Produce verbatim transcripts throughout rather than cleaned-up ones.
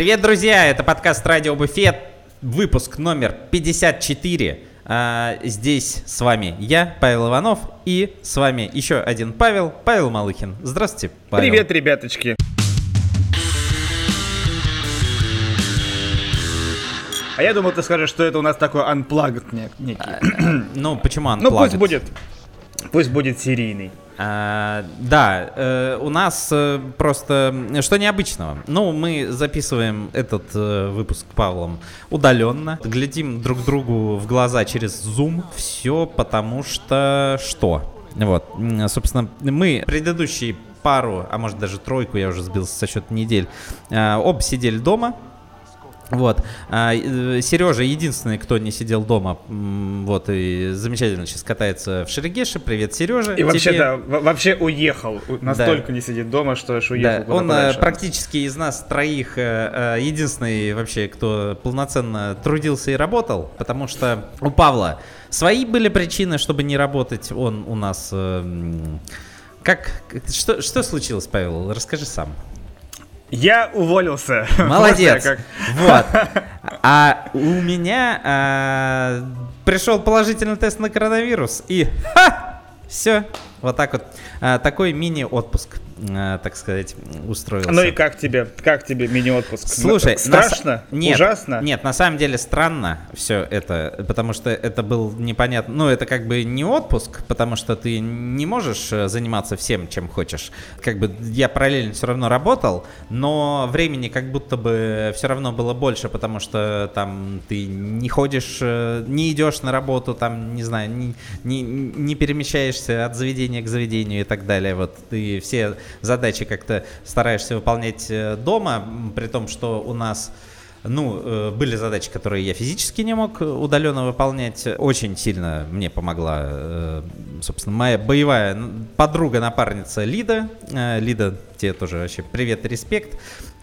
Привет, друзья! Это подкаст «Радио Буфет», выпуск номер пятьдесят четыре. А, здесь с вами я, Павел Иванов, и с вами еще один Павел, Павел Малыхин. Здравствуйте, Павел. Привет, ребяточки. А я думал, ты скажешь, что это у нас такой unplugged некий. А, ну, почему unplugged? Ну, пусть будет, пусть будет серийный. А, да, э, у нас э, просто что необычного. Ну, мы записываем этот э, выпуск Павлом удаленно, глядим друг другу в глаза через Zoom. Все потому что что? Вот, собственно, мы предыдущие пару, а может даже тройку, я уже сбился со счета недель, э, оба сидели дома. Вот, а, Сережа единственный, кто не сидел дома, вот, и замечательно сейчас катается в Шерегеше. Привет, Сережа. И тебе... вообще, да, вообще уехал, настолько да. не сидит дома, что аж уехал. Да. Он подальше. Практически из нас троих единственный вообще, кто полноценно трудился и работал, потому что у Павла свои были причины, чтобы не работать. Он у нас... Как, что, что случилось, Павел? Расскажи сам. Я уволился. Молодец. Как... Вот. А у меня а, пришел положительный тест на коронавирус. И ха! Все. Вот так вот. А, такой мини-отпуск, а, так сказать, устроился. Ну и как тебе? Как тебе мини-отпуск? Слушай, страшно? На... Нет, ужасно? Нет, на самом деле странно все это, потому что это был непонятно. Ну, это как бы не отпуск, потому что ты не можешь заниматься всем, чем хочешь. Как бы я параллельно все равно работал, но времени как будто бы все равно было больше, потому что там ты не ходишь, не идешь на работу, там, не знаю, не, не, не перемещаешься от заведения к заведению и так далее. Вот ты все задачи как-то стараешься выполнять дома, при том, что у нас, ну, были задачи, которые я физически не мог удаленно выполнять. Очень сильно мне помогла, собственно, моя боевая подруга-напарница Лида. Лида, тебе тоже вообще привет и респект.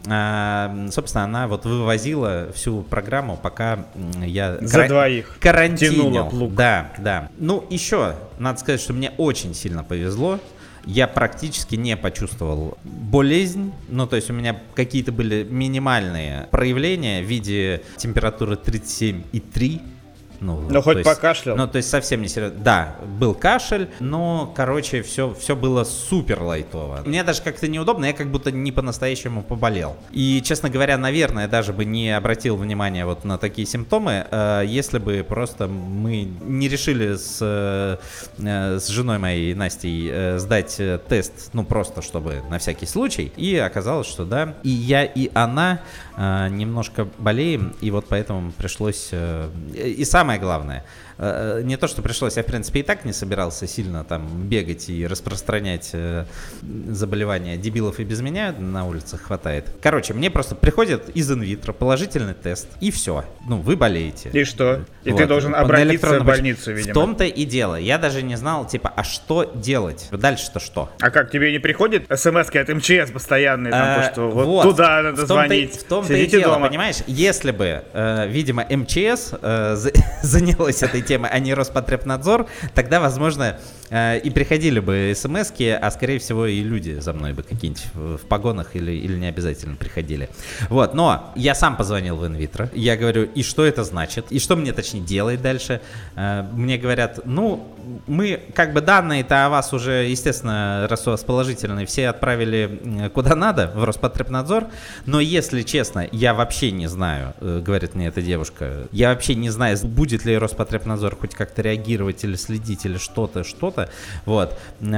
Собственно, она вот вывозила всю программу, пока я за кар... двоих карантинил. Да, да. Ну, еще надо сказать, что мне очень сильно повезло. Я практически не почувствовал болезнь. Ну, то есть у меня какие-то были минимальные проявления в виде температуры тридцать семь и три. Ну, ну хоть есть, покашлял. Ну, то есть совсем не серьезно. Да, был кашель, но, короче, все, все было супер лайтово. Мне даже как-то неудобно, я как будто не по-настоящему поболел. И, честно говоря, наверное, даже бы не обратил внимания вот на такие симптомы, э, если бы просто мы не решили с, э, с женой моей, Настей, э, сдать тест, ну, просто чтобы на всякий случай. И оказалось, что да, и я, и она э, немножко болеем, и вот поэтому пришлось... Э, и самое Самое главное, не то, что пришлось, я, в принципе, и так не собирался сильно там бегать и распространять заболевания. Дебилов и без меня на улицах хватает. Короче, мне просто приходит из инвитро положительный тест, и все. Ну, вы болеете. И что? И вот. Ты должен обратиться в больницу, видимо. В том-то и дело. Я даже не знал, типа, а что делать? Дальше-то что? А как, тебе не приходит смс-ки от МЧС постоянные, там, то, что вот, вот туда надо звонить, в том-то и дело, понимаешь? Если бы, видимо, МЧС занялась этой темой, а не Роспотребнадзор, тогда, возможно, э, и приходили бы смс-ки, а, скорее всего, и люди за мной бы какие-нибудь в, в погонах или, или не обязательно приходили. Вот, но я сам позвонил в инвитро, я говорю, и что это значит, и что мне, точнее, делать дальше. Э, мне говорят, ну, мы, как бы, данные-то о вас уже, естественно, раз у вас положительные, все отправили куда надо, в Роспотребнадзор, но, если честно, я вообще не знаю, э, говорит мне эта девушка, я вообще не знаю, будет ли Роспотребнадзор хоть как-то реагировать или следить, или что-то, что-то, вот,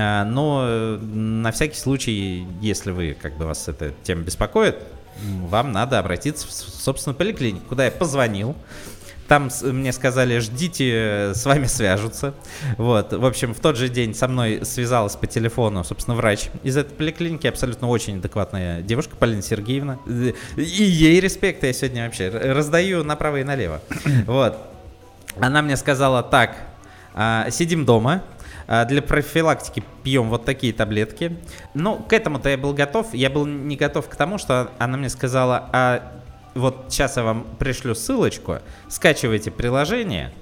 но на всякий случай, если вы, как бы, вас эта тема беспокоит, вам надо обратиться в, собственно, поликлинику, куда я позвонил. Там мне сказали, ждите, с вами свяжутся. Вот. В общем, в тот же день со мной связалась по телефону, собственно, врач из этой поликлиники, абсолютно очень адекватная девушка, Полина Сергеевна. И ей респект, я сегодня вообще раздаю направо и налево. Вот. Она мне сказала, так, сидим дома, для профилактики пьем вот такие таблетки. Ну, к этому-то я был готов. Я был не готов к тому, что она мне сказала, а вот сейчас я вам пришлю ссылочку, скачивайте приложение,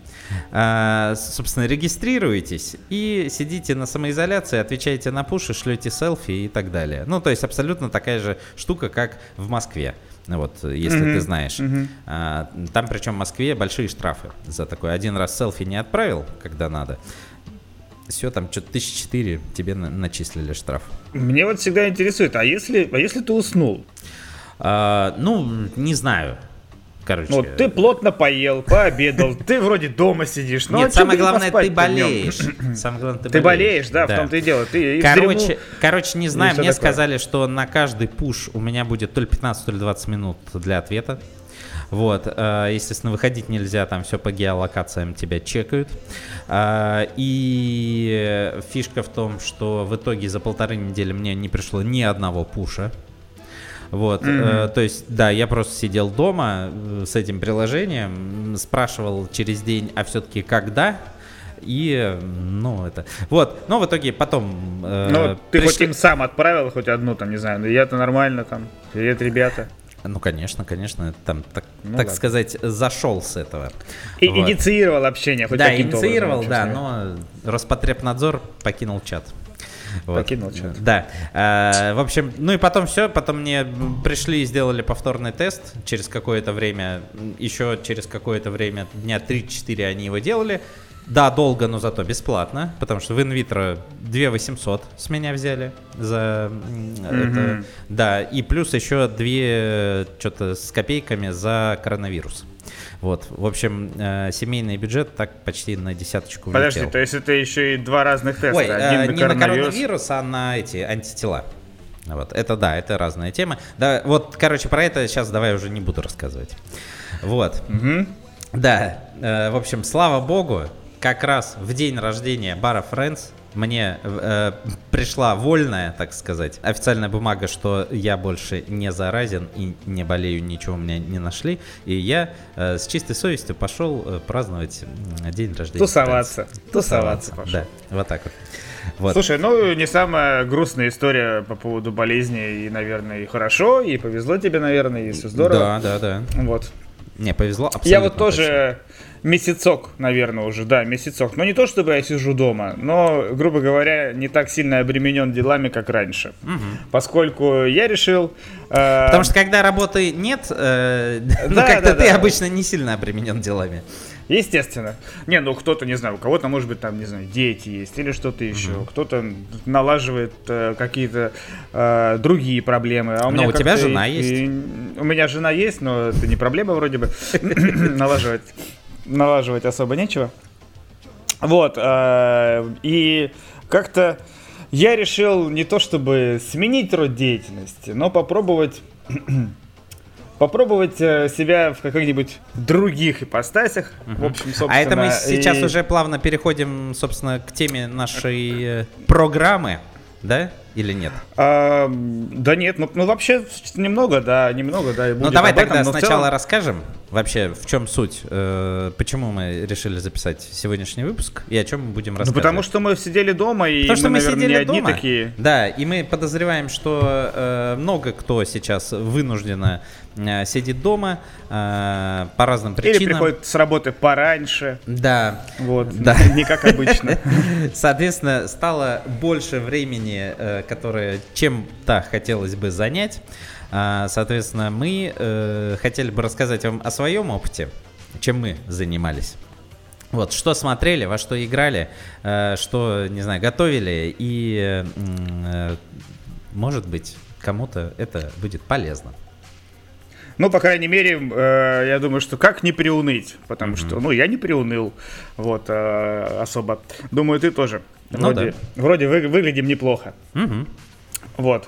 а, собственно, регистрируетесь и сидите на самоизоляции, отвечаете на пуши, шлете селфи и так далее. Ну, то есть абсолютно такая же штука, как в Москве. вот, если mm-hmm. ты знаешь. Mm-hmm. А, там, причем в Москве большие штрафы за такое. Один раз селфи не отправил, когда надо. Все, там что-то тысяча четыре тебе на- начислили штраф. Мне вот всегда интересует, а если, а если ты уснул? А, ну, не знаю. Короче. Ну, ты плотно поел, пообедал, ты вроде дома сидишь. Но Нет, самое главное, ты болеешь. Самое главное, ты, ты болеешь, да, да, в том-то и дело. Ты короче, короче, не знаю, мне такое. сказали, что на каждый пуш у меня будет то ли пятнадцать, то ли двадцать минут для ответа. Вот, естественно, выходить нельзя, там все по геолокациям тебя чекают. И фишка в том, что в итоге за полторы недели мне не пришло ни одного пуша. Вот, mm-hmm. э, то есть, да, я просто сидел дома э, с этим приложением, спрашивал через день, а все-таки когда, и, ну, это, вот, но в итоге потом... Э, ну, ты пришли... хоть им сам отправил, хоть одну, там, не знаю, ну, я-то нормально, там, привет, ребята. Ну, конечно, конечно, там, так, ну, так да. сказать, зашел с этого. И вот. Инициировал общение хоть да, каким-то образом. Да, инициировал, да, но Роспотребнадзор покинул чат. Вот. Покинул чат. Да. А, в общем, ну и потом все, потом мне пришли и сделали повторный тест через какое-то время, еще через какое-то время, дня три-четыре они его делали. Да, долго, но зато бесплатно, потому что в инвитро две тысячи восемьсот с меня взяли за mm-hmm. это. Да, и плюс еще две что-то с копейками за коронавирус. Вот, в общем, э, семейный бюджет так почти на десяточку улетел. Подожди, то есть это еще и два разных теста? Ой, один э, на не коронавирус. на коронавирус, а на эти антитела. Вот, это да, это разная тема. Да, вот, короче, про это сейчас давай уже не буду рассказывать. Вот. Угу. Да, э, в общем, слава богу, как раз в день рождения бара Friends мне э, пришла вольная, так сказать, официальная бумага, что я больше не заразен и не болею, ничего у меня не нашли. И я э, с чистой совестью пошел э, праздновать день рождения. Тусоваться. Тусоваться, Тусоваться да, вот так вот. Вот. Слушай, ну не самая грустная история по поводу болезни, и, наверное, и хорошо, и повезло тебе, наверное, и все здорово. Да, да, да. Вот. Не, повезло абсолютно. Я вот тоже точно. месяцок, наверное, уже, да, месяцок. Но не то, чтобы я сижу дома, но, грубо говоря, не так сильно обременен делами, как раньше. Угу. Поскольку я решил... Э... Потому что когда работы нет, э, да, ну как-то да, ты да. обычно не сильно обременен делами. Естественно. Не, ну кто-то, не знаю, у кого-то, может быть, там, не знаю, дети есть или что-то еще. Uh-huh. Кто-то налаживает э, какие-то э, другие проблемы. А у но меня у тебя жена и, есть. И, у меня жена есть, но это не проблема вроде бы. налаживать, налаживать особо нечего. Вот. Э, и как-то я решил не то чтобы сменить род деятельности, но попробовать... Попробовать себя в каких-нибудь других ипостасях. Uh-huh. В общем, собственно. А это мы сейчас и... уже плавно переходим, собственно, к теме нашей программы, да? Или нет? А, да нет, ну, ну вообще немного, да, немного, да. И ну давай этом, тогда сначала целом... расскажем вообще, в чем суть, э, почему мы решили записать сегодняшний выпуск и о чем мы будем рассказывать. Ну потому что мы сидели дома, и потому мы, что мы наверное, сидели не одни дома. такие. Да, и мы подозреваем, что э, много кто сейчас вынужденно э, сидит дома э, по разным причинам. Или приходит с работы пораньше. Да. Вот, да. Не как обычно. Соответственно, стало больше времени, э, которое чем-то хотелось бы занять. Соответственно, мы э, хотели бы рассказать вам о своем опыте, чем мы занимались. Вот, что смотрели, во что играли, э, что, не знаю, готовили, и, э, может быть, кому-то это будет полезно. Ну, по крайней мере, э, я думаю, что как не приуныть, потому mm-hmm. что, ну, я не приуныл, вот, э, особо. Думаю, ты тоже. Вроде, ну, да. вроде вы, выглядим неплохо. Mm-hmm. Вот.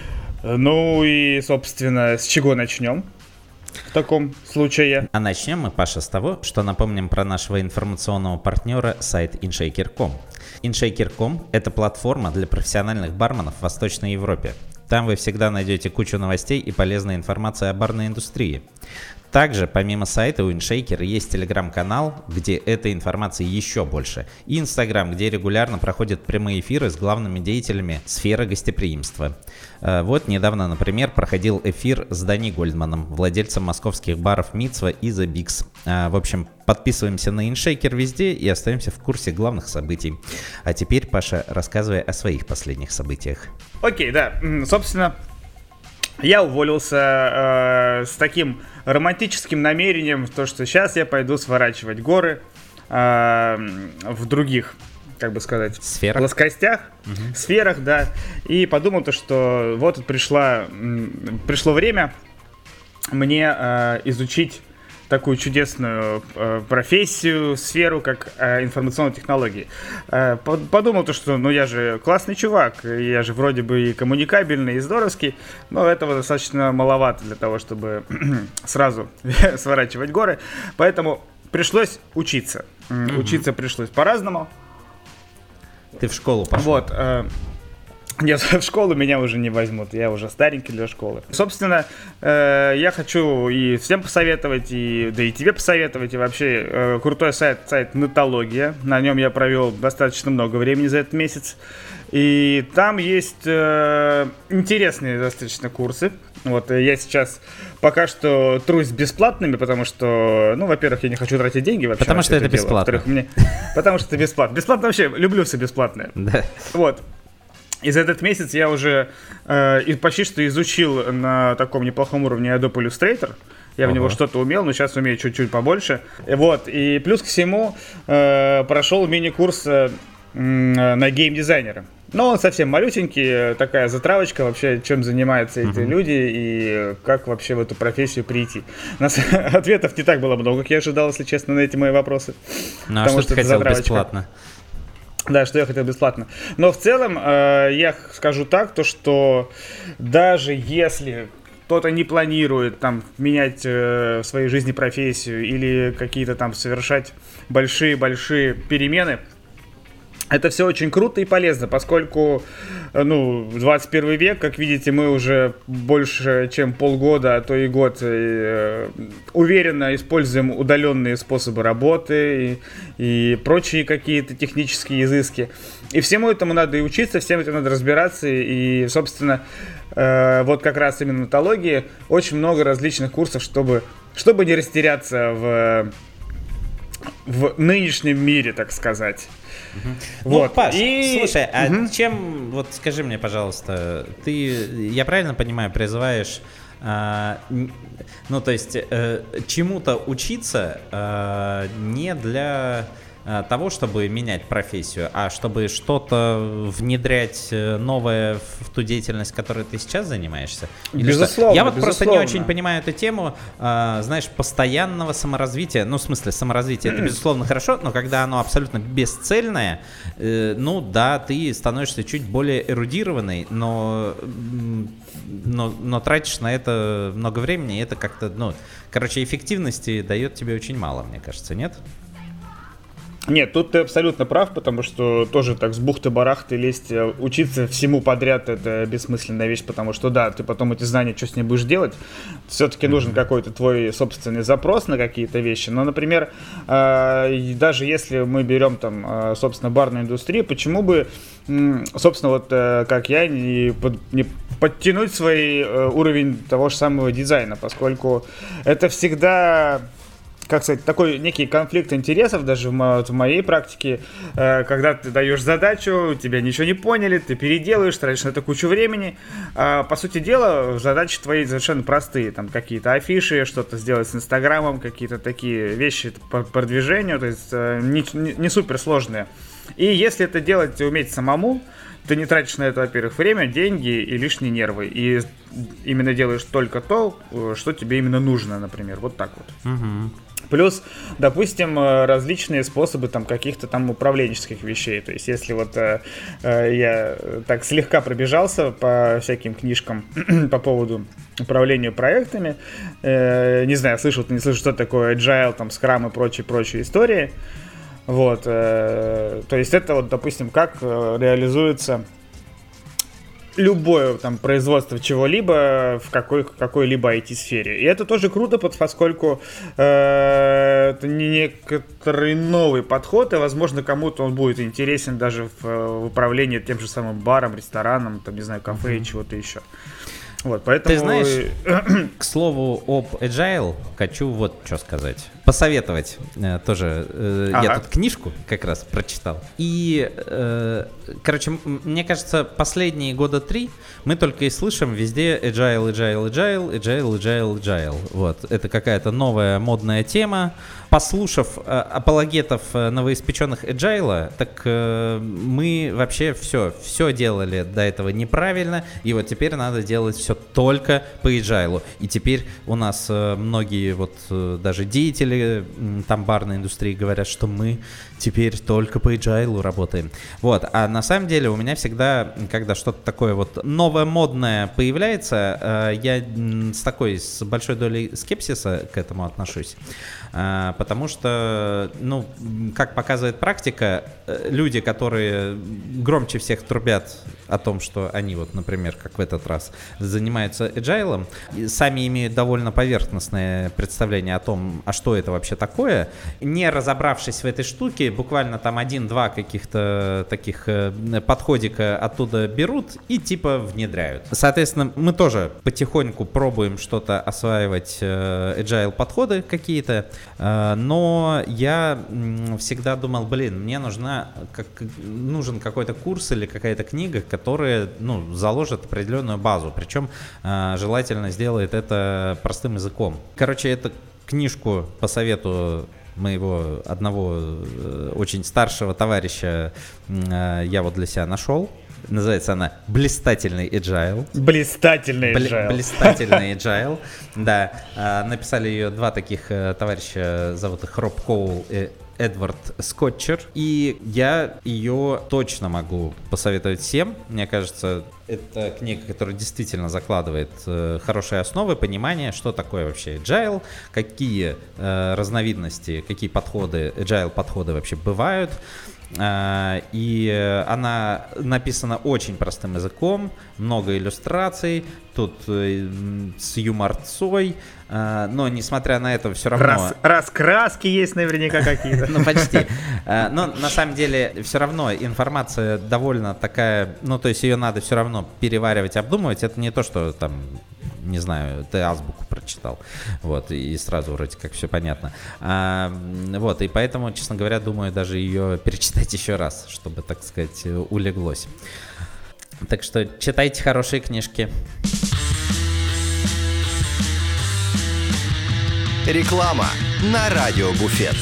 Ну и, собственно, с чего начнем в таком случае? А начнем мы, Паша, с того, что напомним про нашего информационного партнера сайт иншейкер точка ком. иншейкер точка ком – это платформа для профессиональных барменов в Восточной Европе. Там вы всегда найдете кучу новостей и полезной информации о барной индустрии. Также, помимо сайта, у InShaker есть телеграм-канал, где этой информации еще больше, и Инстаграм, где регулярно проходят прямые эфиры с главными деятелями сферы гостеприимства. Вот недавно, например, проходил эфир с Дани Гольдманом, владельцем московских баров Мицва и The Bigs. В общем, подписываемся на InShaker везде и остаемся в курсе главных событий. А теперь, Паша, рассказывай о своих последних событиях. Окей, да, собственно... я уволился э, с таким романтическим намерением, то, что сейчас я пойду сворачивать горы э, в других, как бы сказать, сферах, плоскостях, угу. сферах, да, и подумал то, что вот пришла, пришло время мне э, изучить такую чудесную э, профессию, сферу, как э, информационные технологии. Э, подумал то, что ну я же классный чувак, я же вроде бы и коммуникабельный, и здоровский, но этого достаточно маловато для того, чтобы сразу сворачивать горы, поэтому пришлось учиться. Mm-hmm. Учиться пришлось по-разному. Ты в школу пошел? Вот. Э, Нет, в школу меня уже не возьмут, я уже старенький для школы. Собственно, э, я хочу и всем посоветовать, и, да и тебе посоветовать, и вообще э, крутой сайт, сайт Нетология. На нем я провел достаточно много времени за этот месяц. И там есть э, интересные достаточно курсы. Вот, я сейчас пока что трусь бесплатными, потому что, ну, во-первых, я не хочу тратить деньги вообще. Потому что это, это бесплатно. Во-вторых, мне... Потому что это бесплатно. Бесплатно вообще, люблю все бесплатное. Да. Вот. И за этот месяц я уже э, почти что изучил на таком неплохом уровне Adobe Illustrator. Я ага. в него что-то умел, но сейчас умею чуть-чуть побольше. Вот. И плюс ко всему э, прошел мини-курс э, на геймдизайнера. Но он совсем малюсенький, такая затравочка вообще, чем занимаются эти uh-huh. люди и как вообще в эту профессию прийти. У нас ответов не так было много, как я ожидал, если честно, на эти мои вопросы. Ну а что ты хотел бесплатно? Да, что я хотел бесплатно. Но в целом э, я скажу так, то что даже если кто-то не планирует там менять э, в своей жизни профессию или какие-то там совершать большие-большие перемены, это все очень круто и полезно, поскольку, ну, двадцать первый век, как видите, мы уже больше, чем полгода, а то и год э, уверенно используем удаленные способы работы и, и прочие какие-то технические изыски. И всему этому надо и учиться, всем этому надо разбираться. И, собственно, э, вот как раз именно в нетологии очень много различных курсов, чтобы, чтобы не растеряться в, в нынешнем мире, так сказать. Uh-huh. Вот. Ну, Паш, и... слушай, а uh-huh. чем, вот скажи мне, пожалуйста, ты, я правильно понимаю, призываешь, а, ну, то есть, а, чему-то учиться а, не для а, того, чтобы менять профессию, а чтобы что-то внедрять новое в ту деятельность, которой ты сейчас занимаешься? Или безусловно, что? Я вот безусловно. просто не очень понимаю эту тему, а, знаешь, постоянного саморазвития. Ну, в смысле, саморазвитие это, безусловно, хорошо, но когда оно абсолютно бесцельное, э, ну, да, ты становишься чуть более эрудированный, но, но, но тратишь на это много времени, и это как-то, ну, короче, эффективности дает тебе очень мало, мне кажется, нет? Нет, тут ты абсолютно прав, потому что тоже так с бухты-барахты лезть, учиться всему подряд — это бессмысленная вещь, потому что да, ты потом эти знания, что с ними будешь делать, все-таки нужен какой-то твой собственный запрос на какие-то вещи. Но, например, даже если мы берем там, собственно, барную индустрию, почему бы, собственно, вот как я, не, под, не подтянуть свой уровень того же самого дизайна, поскольку это всегда... как сказать, такой некий конфликт интересов, даже в, в моей практике, э, когда ты даешь задачу, тебя ничего не поняли, ты переделаешь, тратишь на это кучу времени. А, по сути дела, задачи твои совершенно простые, там какие-то афиши, что-то сделать с Инстаграмом, какие-то такие вещи по продвижению, то есть э, не, не, не суперсложные. И если это делать уметь самому, ты не тратишь на это, во-первых, время, деньги и лишние нервы. И именно делаешь только то, что тебе именно нужно, например. Вот так вот. Угу. Плюс, допустим, различные способы там каких-то там управленческих вещей. То есть, если вот э, я так слегка пробежался по всяким книжкам по поводу управления проектами, э, не знаю, слышал ты не слышал, что такое Agile, там, Scrum и прочие-прочие истории. Вот, э, то есть это вот, допустим, как э, реализуется любое там производство чего-либо в какой, какой-либо ай ти-сфере. И это тоже круто, поскольку э, это некоторый новый подход, и, возможно, кому-то он будет интересен даже в, в управлении тем же самым баром, рестораном, там, не знаю, кафе и чего-то еще. Вот, поэтому... Ты знаешь, к слову об Agile, хочу вот что сказать. Посоветовать э, тоже. Э, ага. Я тут книжку как раз прочитал. И, э, короче, мне кажется, последние года три мы только и слышим везде Agile, Agile, Agile, Agile, Agile, Agile. Вот, это какая-то новая модная тема. Послушав э, апологетов э, новоиспеченных Agile, так э, мы вообще все, все делали до этого неправильно, и вот теперь надо делать все только по Agile. И теперь у нас э, многие вот э, даже деятели э, там барной индустрии говорят, что мы теперь только по Agile работаем. Вот, а на самом деле у меня всегда, когда что-то такое вот новое модное появляется, э, я с такой, с большой долей скепсиса к этому отношусь. Uh, потому что, ну, как показывает практика, люди, которые громче всех трубят о том, что они вот, например, как в этот раз, занимаются agile, сами имеют довольно поверхностное представление о том, а что это вообще такое, не разобравшись в этой штуке, буквально там один-два каких-то таких подходика оттуда берут и типа внедряют. Соответственно, мы тоже потихоньку пробуем что-то осваивать, agile подходы какие-то, но я всегда думал, блин, мне нужна, как, нужен какой-то курс или какая-то книга, которая, ну, заложит определенную базу, причем желательно сделает это простым языком. Короче, эту книжку по совету моего одного очень старшего товарища я вот для себя нашел. Называется она «Блистательный Agile». Блистательный Agile. Бли- блистательный Agile, да. Написали ее два таких товарища, зовут их Роб Коул и Эдвард Скотчер. И я ее точно могу посоветовать всем. Мне кажется, это книга, которая действительно закладывает хорошие основы, понимание, что такое вообще Agile, какие разновидности, какие подходы, Agile подходы вообще бывают. И она написана очень простым языком, много иллюстраций, тут с юморцой, но несмотря на это все равно... Рас, раскраски есть наверняка какие-то. Ну, почти. Но на самом деле все равно информация довольно такая, ну, то есть ее надо все равно переваривать, обдумывать. Это не то, что там, не знаю, ты азбуку прочитал, вот, и сразу вроде как все понятно. А, вот, и поэтому, честно говоря, думаю, даже ее перечитать еще раз, чтобы, так сказать, улеглось. Так что читайте хорошие книжки. Реклама на радио Буфет.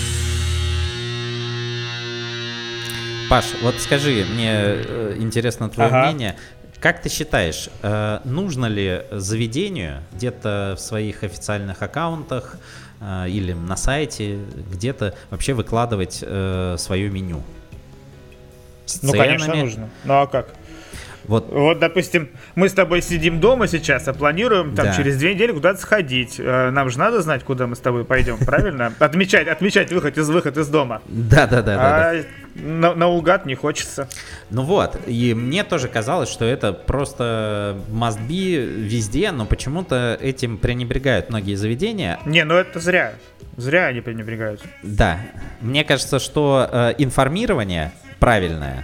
Паш, вот скажи, мне э, интересно твое ага. мнение. Как ты считаешь, э, нужно ли заведению где-то в своих официальных аккаунтах э, или на сайте где-то вообще выкладывать э, свое меню? С ну, ценами? Конечно, нужно. Ну, а как? Вот. вот, допустим, мы с тобой сидим дома сейчас, а планируем там да. через две недели куда-то сходить. Нам же надо знать, куда мы с тобой пойдем, правильно? Отмечать, отмечать выход из выход из дома. Да, да, да. А да, да. На, наугад не хочется. Ну вот, и мне тоже казалось, что это просто must be везде, но почему-то этим пренебрегают многие заведения. Не, ну это зря. Зря они пренебрегают. Да, мне кажется, что э, информирование правильное,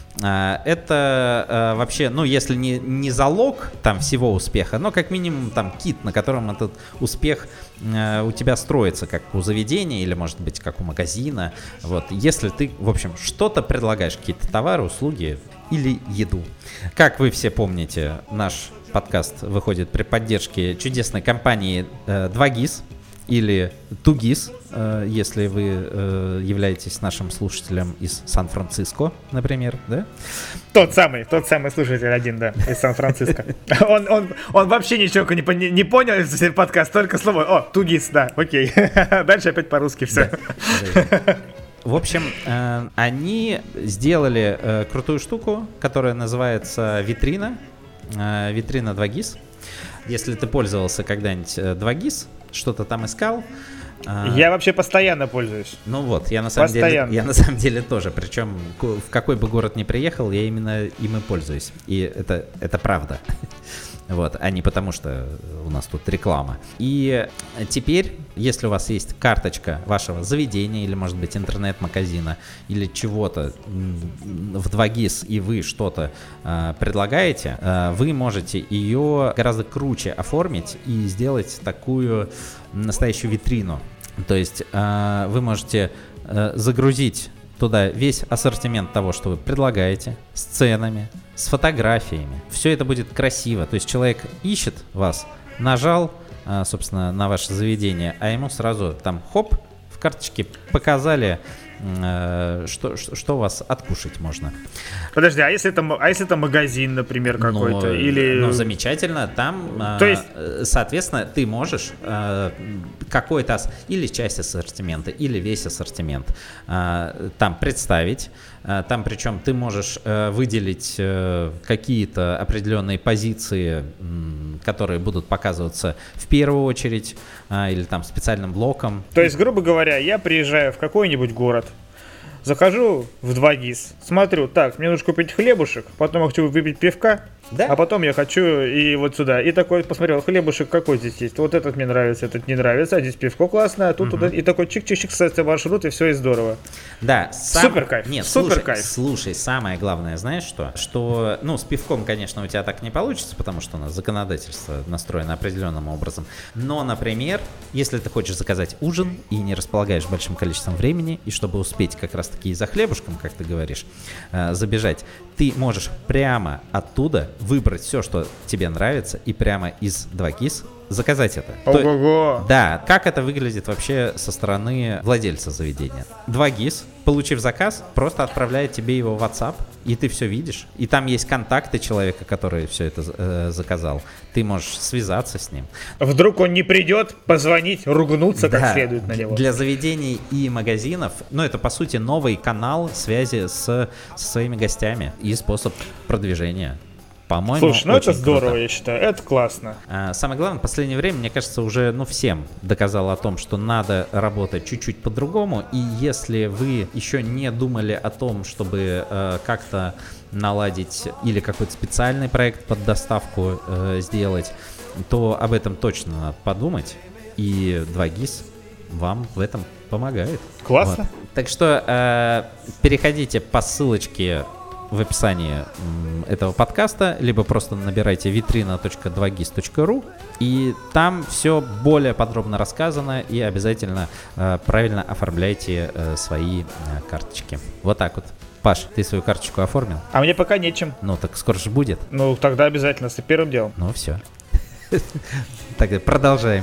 это э, вообще, ну, если не, не залог там всего успеха, но как минимум там кит, на котором этот успех э, у тебя строится, как у заведения или, может быть, как у магазина. Вот, если ты, в общем, что-то предлагаешь, какие-то товары, услуги или еду. Как вы все помните, наш подкаст выходит при поддержке чудесной компании э, два гис. Или два гис, э, если вы э, являетесь нашим слушателем из Сан-Франциско, например, да? Тот самый, тот самый слушатель один, да, из Сан-Франциско. Он, он, он вообще ничего не, не, не понял из подкаста, только слово «О, два гис», да, окей. Дальше опять по-русски все. Да. В общем, э, они сделали э, крутую штуку, которая называется «Витрина», э, «Витрина два гис». Если ты пользовался когда-нибудь э, два гис, что-то там искал. Я вообще постоянно пользуюсь. Ну вот, я на самом постоянно. деле, я на самом деле тоже. Причем в какой бы город ни приехал, я именно им и пользуюсь. И это, это правда. Вот, а не потому, что у нас тут реклама. И теперь, если у вас есть карточка вашего заведения или, может быть, интернет-магазина или чего-то в два гис, и вы что-то э, предлагаете, э, вы можете ее гораздо круче оформить и сделать такую настоящую витрину. То есть э, вы можете э, загрузить туда весь ассортимент того, что вы предлагаете, с ценами, с фотографиями. Все это будет красиво. То есть человек ищет вас, нажал, собственно, на ваше заведение, а ему сразу там хоп, в карточке показали, что, что, что у вас откушать можно. Подожди, а если это, а если это магазин, например, какой-то? Ну, или... ну замечательно. Там, То есть... соответственно, ты можешь какой-то или часть ассортимента, или весь ассортимент там представить. Там причем ты можешь выделить какие-то определенные позиции, которые будут показываться в первую очередь, или там специальным блоком. То есть, грубо говоря, я приезжаю в какой-нибудь город, захожу в два гис, смотрю, так, мне нужно купить хлебушек, потом я хочу выпить пивка, да? А потом я хочу и вот сюда. И такой посмотрел, хлебушек какой здесь есть. Вот этот мне нравится, этот не нравится, а здесь пивко классное, а тут угу. туда. И такой чик-чик-чик, кстати, маршрут, и все, и здорово. Да, сам... супер кайф. Нет, супер слушай, кайф. Слушай, самое главное, знаешь что? Что, ну, с пивком, конечно, у тебя так не получится, потому что у нас законодательство настроено определенным образом. Но, например, если ты хочешь заказать ужин и не располагаешь большим количеством времени, и чтобы успеть как раз-таки и за хлебушком, как ты говоришь, э, забежать, ты можешь прямо оттуда выбрать все, что тебе нравится, и прямо из два гис заказать это. Ого-го! То, да, как это выглядит вообще со стороны владельца заведения. два гис, получив заказ, просто отправляет тебе его в WhatsApp, и ты все видишь. И там есть контакты человека, который все это э, заказал. Ты можешь связаться с ним. Вдруг он не придет, позвонить, ругнуться да, как следует на него. Для заведений и магазинов, ну, это, по сути, новый канал связи с, со своими гостями и способ продвижения. По-моему, слушай, ну это здорово, круто. Я считаю, это классно. А, самое главное, в последнее время, мне кажется, уже ну, всем доказал о том, что надо работать чуть-чуть по-другому. И если вы еще не думали о том, чтобы э, как-то наладить или какой-то специальный проект под доставку э, сделать, то об этом точно надо подумать. И два гис вам в этом помогает. Классно. Вот. Так что э, переходите по ссылочке в описании этого подкаста, либо просто набирайте витрина точка два гис точка ру, и там все более подробно рассказано, и обязательно э, правильно оформляйте э, свои э, карточки. Вот так вот. Паш, ты свою карточку оформил? А мне пока нечем. Ну так скоро же будет. Ну тогда обязательно, с первым делом. Ну все. Тогда продолжаем.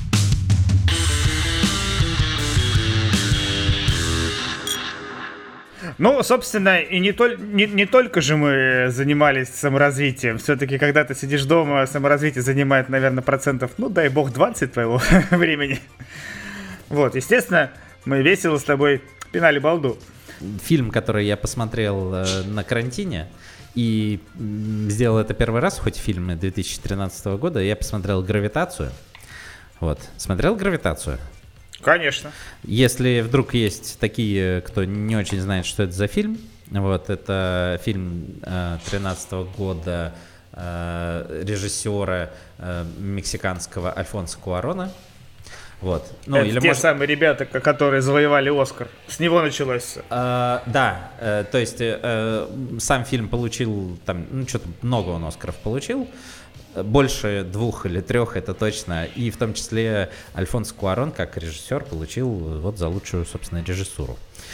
Ну, собственно, и не, толь- не, не только же мы занимались саморазвитием. Все-таки, когда ты сидишь дома, саморазвитие занимает, наверное, процентов, ну, дай бог, двадцать твоего времени. Вот, естественно, мы весело с тобой пинали балду. Фильм, который я посмотрел э, на карантине, и м, сделал это первый раз, хоть фильм две тысячи тринадцатого года, я посмотрел «Гравитацию». Вот, смотрел «Гравитацию»? Конечно. Если вдруг есть такие, кто не очень знает, что это за фильм, вот, это фильм э, тринадцатого года э, режиссера э, мексиканского Альфонсо Куарона. Вот. Ну, это или те может... самые ребята, которые завоевали Оскар. С него началось. Э, да, э, то есть э, сам фильм получил, там, ну, что-то много он Оскаров получил. Больше двух или трех, это точно. И в том числе Альфонсо Куарон, как режиссер, получил вот за лучшую, собственно, режиссуру.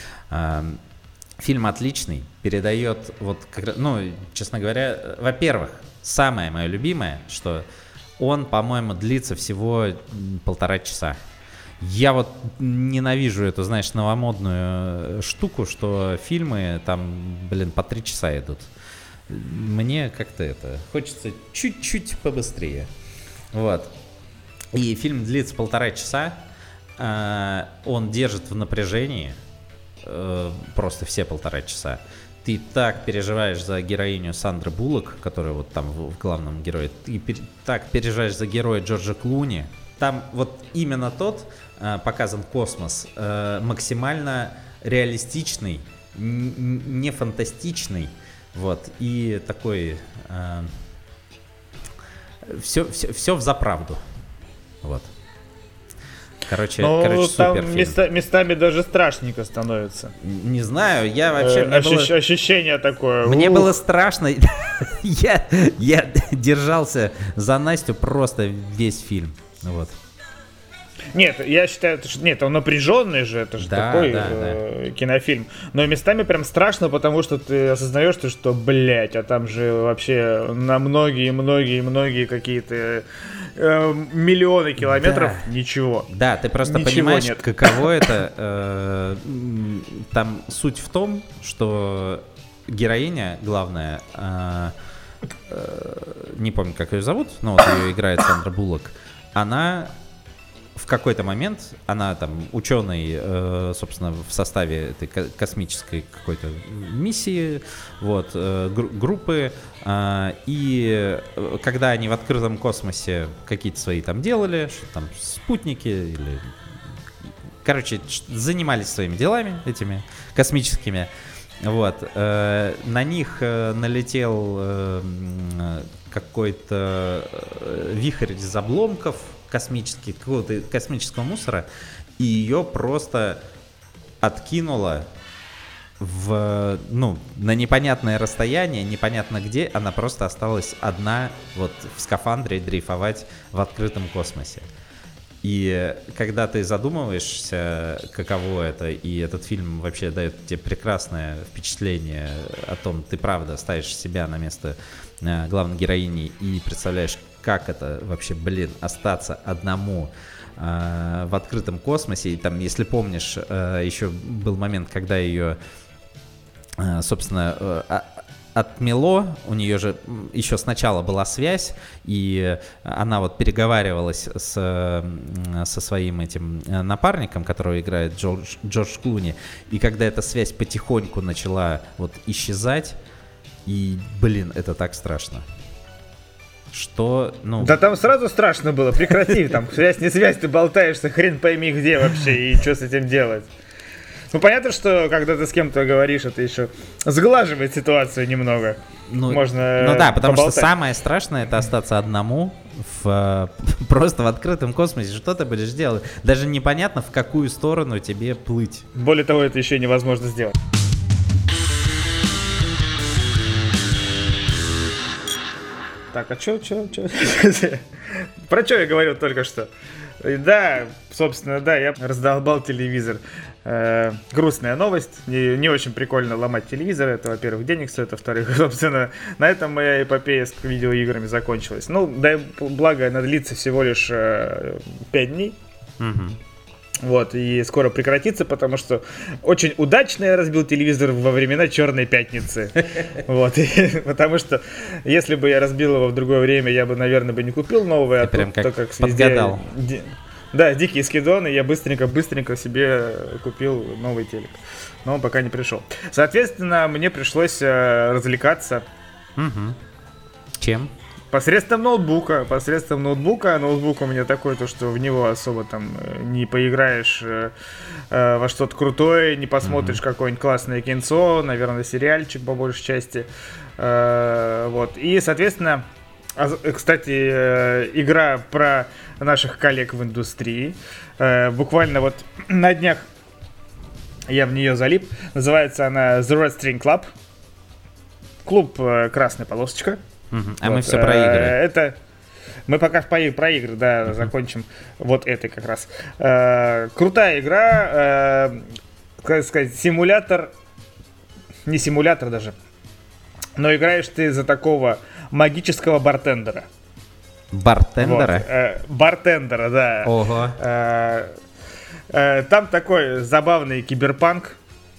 Фильм отличный, передает, вот, ну, честно говоря, во-первых, самое мое любимое, что он, по-моему, длится всего полтора часа. Я вот ненавижу эту, знаешь, новомодную штуку, что фильмы там, блин, по три часа идут. Мне как-то это хочется чуть-чуть побыстрее. Вот. И фильм длится полтора часа. Э, он держит в напряжении э, просто все полтора часа. Ты так переживаешь за героиню Сандры Буллок, которая вот там в, в главном герое. Ты пер, так переживаешь за героя Джорджа Клуни. Там вот именно тот э, показан космос э, максимально реалистичный, н- не фантастичный. Вот, и такой, э, все, все, все взаправду. Вот. Короче, ну, короче там супер фильм. места, местами даже страшненько становится. Не знаю, я вообще... Э, мне ощущ- было... Ощущение такое. Мне ух. было страшно. я, я держался за Настю просто весь фильм. Вот. Нет, я считаю, это, нет, он напряженный же, это же Да, такой да, э, кинофильм. Но местами прям страшно, потому что ты осознаешь, ты, что, блять, а там же вообще на многие-многие-многие какие-то э, миллионы километров Да. ничего. Да, ты просто Ничего понимаешь, нет. каково это. э, м, Там суть в том, что героиня главная, э, э, не помню, как ее зовут, но вот ее играет Сандра Буллок, она... В какой-то момент она там ученый, э, собственно, в составе этой ко- космической какой-то миссии, вот, э, гру- группы, э, и э, когда они в открытом космосе какие-то свои там делали, что там спутники или, короче, ш- занимались своими делами этими космическими, вот, э, на них э, налетел э, м, какой-то э, вихрь из обломков космических, какого-то космического мусора, и ее просто откинуло в, ну, на непонятное расстояние, непонятно где, она просто осталась одна вот в скафандре дрейфовать в открытом космосе. И когда ты задумываешься, каково это, и этот фильм вообще дает тебе прекрасное впечатление о том, ты правда ставишь себя на место э, главной героини и представляешь, как это вообще, блин, остаться одному э, в открытом космосе. И там, если помнишь, э, еще был момент, когда ее, э, собственно, э, отмело, у нее же еще сначала была связь, и она вот переговаривалась с, со своим этим напарником, которого играет Джордж, Джордж Клуни, и когда эта связь потихоньку начала вот исчезать, и, блин, это так страшно. Что, ну... Да там сразу страшно было, прекрати, там связь не связь, ты болтаешься, хрен пойми где вообще, и что с этим делать. Ну, понятно, что когда ты с кем-то говоришь, это еще сглаживает ситуацию немного. Ну, Можно ну да, потому поболтать. что самое страшное — это остаться одному в, просто в открытом космосе. Что ты будешь делать? Даже непонятно, в какую сторону тебе плыть. Более того, это еще невозможно сделать. Так, а чё, чё, чё? Про чё я говорил только что? Да, собственно, да, я раздолбал телевизор. Э, грустная новость. Не, не очень прикольно ломать телевизор. Это, во-первых, денег стоит, во-вторых, собственно, на этом моя эпопея с видеоиграми закончилась. Ну, да, благо, она длится всего лишь э, пять дней. Угу. Вот, и скоро прекратится, потому что очень удачно я разбил телевизор во времена Черной пятницы. Вот, потому что если бы я разбил его в другое время, я бы, наверное, бы не купил новое. Ты а прям тут, как так как подгадал. Везде, да, дикие скидоны, я быстренько-быстренько себе купил новый телек. Но он пока не пришел. Соответственно, мне пришлось э, развлекаться. Угу. Чем? Посредством ноутбука, посредством ноутбука, ноутбук у меня такой, то что в него особо там не поиграешь э, э, во что-то крутое, не посмотришь mm-hmm. какое-нибудь классное кинцо, наверное, сериальчик по большей части, э, вот, и, соответственно, а, кстати, э, игра про наших коллег в индустрии, э, буквально вот на днях я в нее залип, называется она The Red String Club, клуб э, «Красная полосочка». Uh-huh. А вот, мы все про игры. Это мы пока по, про игры, да, uh-huh. закончим вот этой как раз. Э, крутая игра, э, как сказать, симулятор, не симулятор даже, но играешь ты за такого магического бартендера. Бартендера? Вот, э, бартендера, да. Ого. Э, э, там такой забавный киберпанк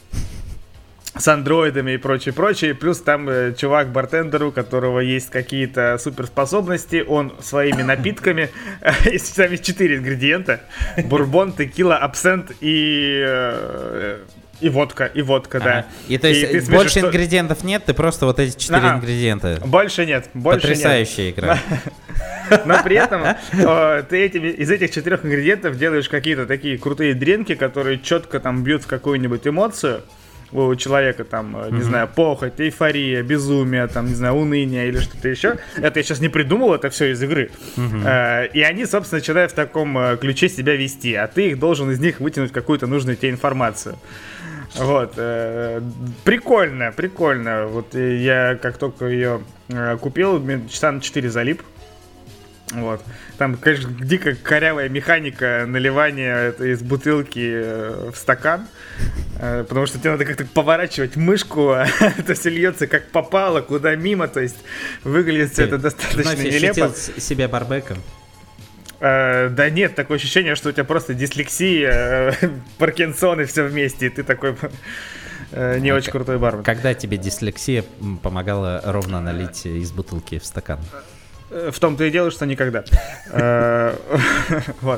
с андроидами и прочее, прочее. Плюс там э, чувак-бартендер, у которого есть какие-то суперспособности. Он своими напитками, там есть четыре ингредиента: бурбон, текила, абсент и... Э, и водка, и водка, ага. да. И то есть и больше смешишь, ингредиентов что... нет, ты просто вот эти четыре А-а. ингредиента. Больше нет, больше Потрясающая нет. игра. Но при этом ты этими, из этих четырех ингредиентов делаешь какие-то такие крутые дринки, которые четко там бьют в какую-нибудь эмоцию. у человека там, не mm-hmm. знаю, похоть, эйфория, безумие, там, не знаю, уныние или что-то еще. Это я сейчас не придумал, это все из игры. Mm-hmm. И они, собственно, начинают в таком ключе себя вести, а ты их должен из них вытянуть какую-то нужную тебе информацию. Вот, э, прикольно, прикольно. Вот я как только ее э, купил, часа на четыре залип. Вот. Там, конечно, дико корявая механика наливания из бутылки э, в стакан. Э, потому что тебе надо как-то поворачивать мышку, а это все льется как попало, куда мимо. То есть выглядит все это достаточно нелепо. Ты себя барбеком? Uh, да нет, такое ощущение, что у тебя просто дислексия, uh, Паркинсон и все вместе, и ты такой uh, не а очень к- крутой бармен. Когда тебе дислексия помогала ровно налить из бутылки в стакан? Uh, в том-то и дело, что никогда. uh, вот.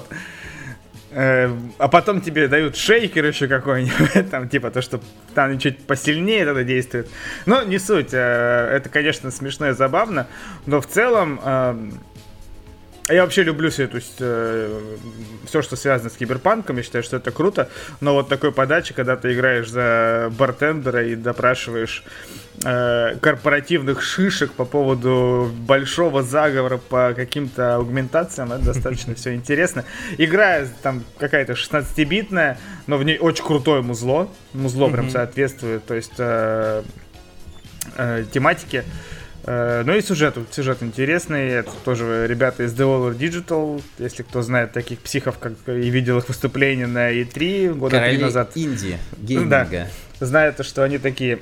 Uh, а потом тебе дают шейкер еще какой-нибудь, там типа то, что там чуть посильнее тогда действует. Но не суть, uh, это, конечно, смешно и забавно, но в целом... Uh, Я вообще люблю все, то есть, э, все, что связано с киберпанком, я считаю, что это круто, но вот такой подачи, когда ты играешь за бартендера и допрашиваешь э, корпоративных шишек по поводу большого заговора по каким-то аугментациям, это достаточно все интересно. Игра там какая-то шестнадцатибитная, но в ней очень крутое музло, музло прям соответствует, то есть э, э, тематике. Ну и сюжет, сюжет интересный, это тоже ребята из Devolver Digital, если кто знает таких психов, как и видел их выступления на и три года три назад. Инди, гейминга. Да, знает, что они такие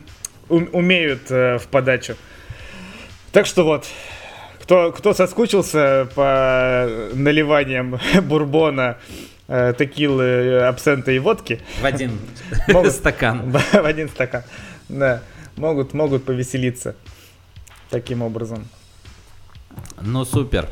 умеют э, в подачу. Так что вот, кто, кто соскучился по наливаниям бурбона, э, текилы, абсента и водки. В один стакан. В один стакан, да, могут, могут повеселиться. Таким образом. Ну, супер.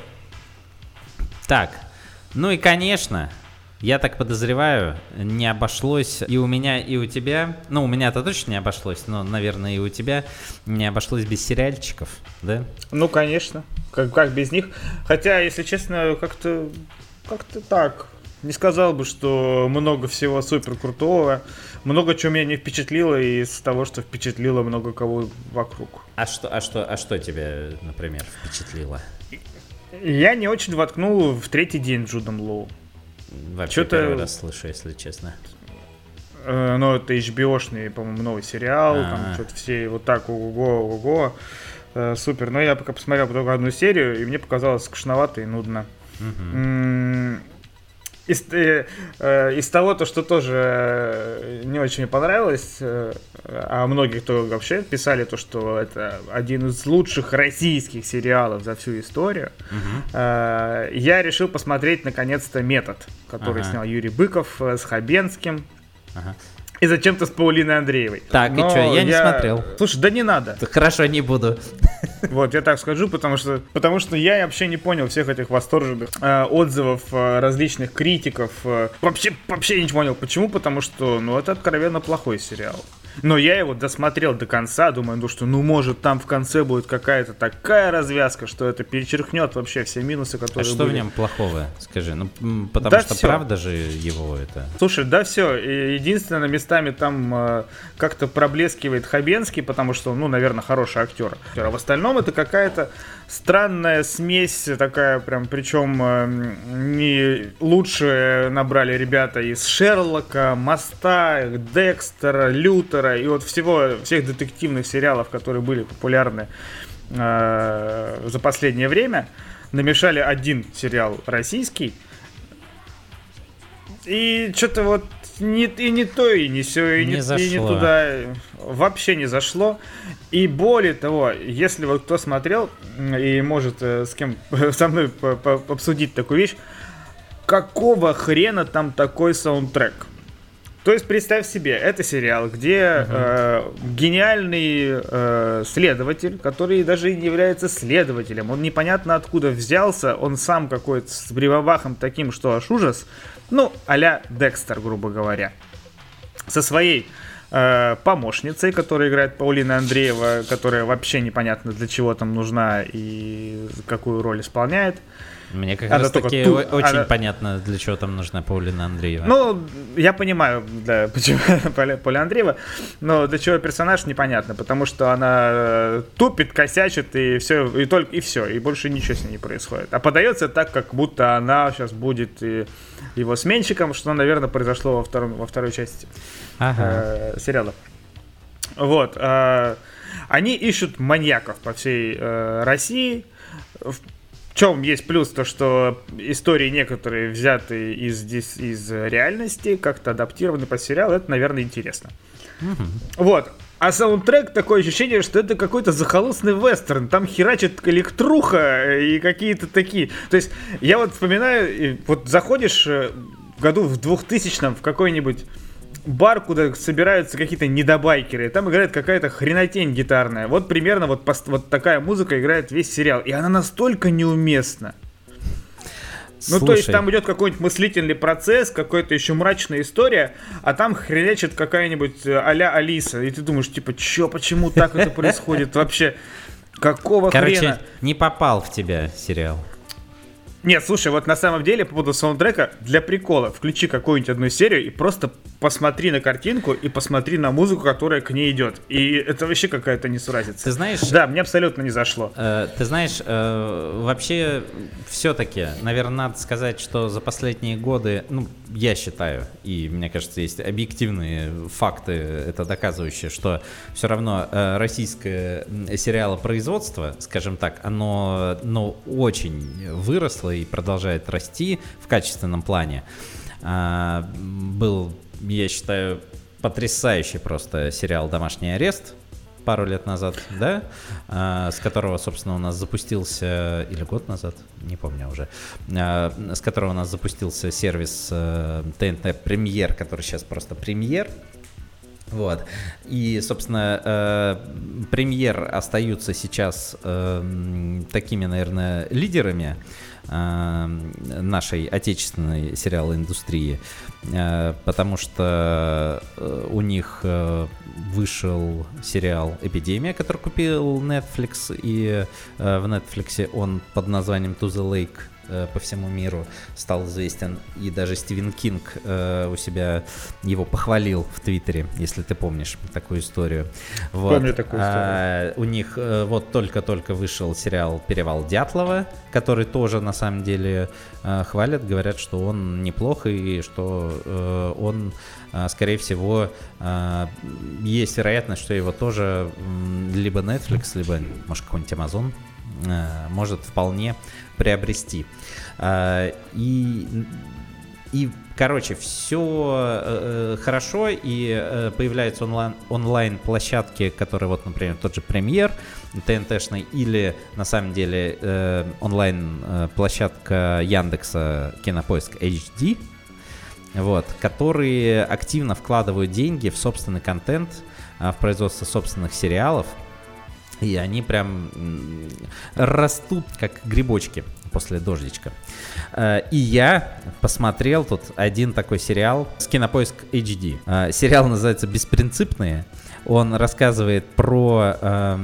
Так, ну и, конечно, я так подозреваю, не обошлось и у меня, и у тебя. Ну, у меня-то точно не обошлось, но, наверное, и у тебя не обошлось без сериальчиков, да? Ну, конечно. Как, как без них? Хотя, если честно, как-то, как-то так. Не сказал бы, что много всего супер крутого. Много чего меня не впечатлило из того, что впечатлило много кого вокруг. А что, а что, а что тебя, например, впечатлило? Я не очень воткнул в третий день Джудом Лоу. Вообще Что-то... первый раз слышу, если честно. Э, ну, это эйч би о-шный, по-моему, новый сериал. А-а-а. Там что-то все вот так, ого-го, ого-го. Э, супер. Но я пока посмотрел только одну серию, и мне показалось скучновато и нудно. Угу. М- Из, э, э, из того, то, что тоже не очень мне понравилось, э, а многие, кто вообще писали то, что это один из лучших российских сериалов за всю историю, uh-huh. э, я решил посмотреть наконец-то «Метод», который uh-huh. снял Юрий Быков э, с Хабенским. Uh-huh. И зачем-то с Паулиной Андреевой. Так, Но и что, я, я не смотрел. Слушай, да не надо. Хорошо, не буду. Вот, я так скажу, потому что, потому что я вообще не понял всех этих восторженных э, отзывов э, различных критиков. Э, вообще, вообще не понял, почему, потому что, ну, это откровенно плохой сериал. Но я его досмотрел до конца, думаю, ну что, ну может там в конце будет какая-то такая развязка, что это перечеркнет вообще все минусы, которые А что были. В нем плохого, скажи? Ну, потому да что все. Правда же его это... Слушай, да все, единственное, местами там э, как-то проблескивает Хабенский, потому что, ну, наверное, хороший актер. А в остальном это какая-то странная смесь такая прям, причем э, не лучше набрали ребята из Шерлока, Моста, Декстера, Лютера и вот всего, всех детективных сериалов, которые были популярны э, за последнее время. Намешали один сериал российский. И что-то вот не, и не то, и не все, и не, не, и не туда. Вообще не зашло. И более того, если вот кто смотрел и может э, с кем со мной по- по- обсудить такую вещь, какого хрена там такой саундтрек? То есть представь себе, это сериал, где uh-huh. э, гениальный э, следователь, который даже не является следователем, он непонятно откуда взялся, он сам какой-то с бревобахом таким, что аж ужас, ну, а-ля Декстер, грубо говоря, со своей э, помощницей, которая играет Паулина Андреева, которая вообще непонятно для чего там нужна и какую роль исполняет. Мне как Она раз таки ту- очень она... понятно, для чего там нужна Паулина Андреева. Ну, я понимаю, да, почему Поля, Поля Андреева, но для чего персонаж непонятно, потому что она тупит, косячит, и все, и только, и все, и больше ничего с ней не происходит. А подается так, как будто она сейчас будет и его сменщиком, что, наверное, произошло во, втором, во второй части ага. э, сериала. Вот. Э, они ищут маньяков по всей э, России. В чем есть плюс, то что истории некоторые взяты из, из, из реальности, как-то адаптированы под сериал, это, наверное, интересно. Mm-hmm. Вот. А саундтрек, такое ощущение, что это какой-то захолустный вестерн. Там херачит электруха и какие-то такие. То есть, я вот вспоминаю, вот заходишь в году в двухтысячном в какой-нибудь бар, куда собираются какие-то недобайкеры, там играет какая-то хренотень гитарная. Вот примерно вот, вот такая музыка играет весь сериал. И она настолько неуместна. Ну, Слушай. То есть там идет какой-нибудь мыслительный процесс, какая-то еще мрачная история, а там хренячит какая-нибудь а-ля Алиса. И ты думаешь, типа, чё, почему так это происходит вообще? Какого Короче, хрена? Не попал в тебя сериал. Нет, слушай, вот на самом деле по поводу саундтрека, для прикола, включи какую-нибудь одну серию и просто посмотри на картинку и посмотри на музыку, которая к ней идет. И это вообще какая-то несуразица. Ты знаешь... Да, мне абсолютно не зашло. Э, ты знаешь, э, вообще все-таки, наверное, надо сказать, что за последние годы, ну, я считаю, и мне кажется, есть объективные факты, это доказывающие, что все равно э, российское сериалопроизводство, скажем так, оно, оно очень выросло и продолжает расти в качественном плане. А, был, я считаю, потрясающий просто сериал «Домашний арест» пару лет назад, да, а, с которого, собственно, у нас запустился, или год назад, не помню уже, а, с которого у нас запустился сервис а, ТНТ Премьер, который сейчас просто Премьер. Вот. И, собственно, э, Премьер остаются сейчас э, такими, наверное, лидерами э, нашей отечественной сериал-индустрии, э, потому что э, у них э, вышел сериал «Эпидемия», который купил Netflix, и э, в Netflix он под названием «To the Lake» по всему миру стал известен, и даже Стивен Кинг э, у себя его похвалил в Твиттере, если ты помнишь такую историю. Вот. Помню такую историю. А, у них э, вот только-только вышел сериал «Перевал Дятлова», который тоже на самом деле э, хвалят, говорят, что он неплох и что э, он, э, скорее всего, э, есть вероятность, что его тоже э, либо Netflix, либо, может, какой-нибудь Amazon э, может вполне приобрести. Uh, и, и, короче, все uh, хорошо, и uh, появляются онлайн, онлайн-площадки, которые, вот, например, тот же Премьер ТНТшный, или, на самом деле, uh, онлайн-площадка Яндекса Кинопоиск эйч ди, вот, которые активно вкладывают деньги в собственный контент, uh, в производство собственных сериалов, и они прям растут, как грибочки после дождичка. И я посмотрел тут один такой сериал с Кинопоиск эйч ди. Сериал называется «Беспринципные». Он рассказывает про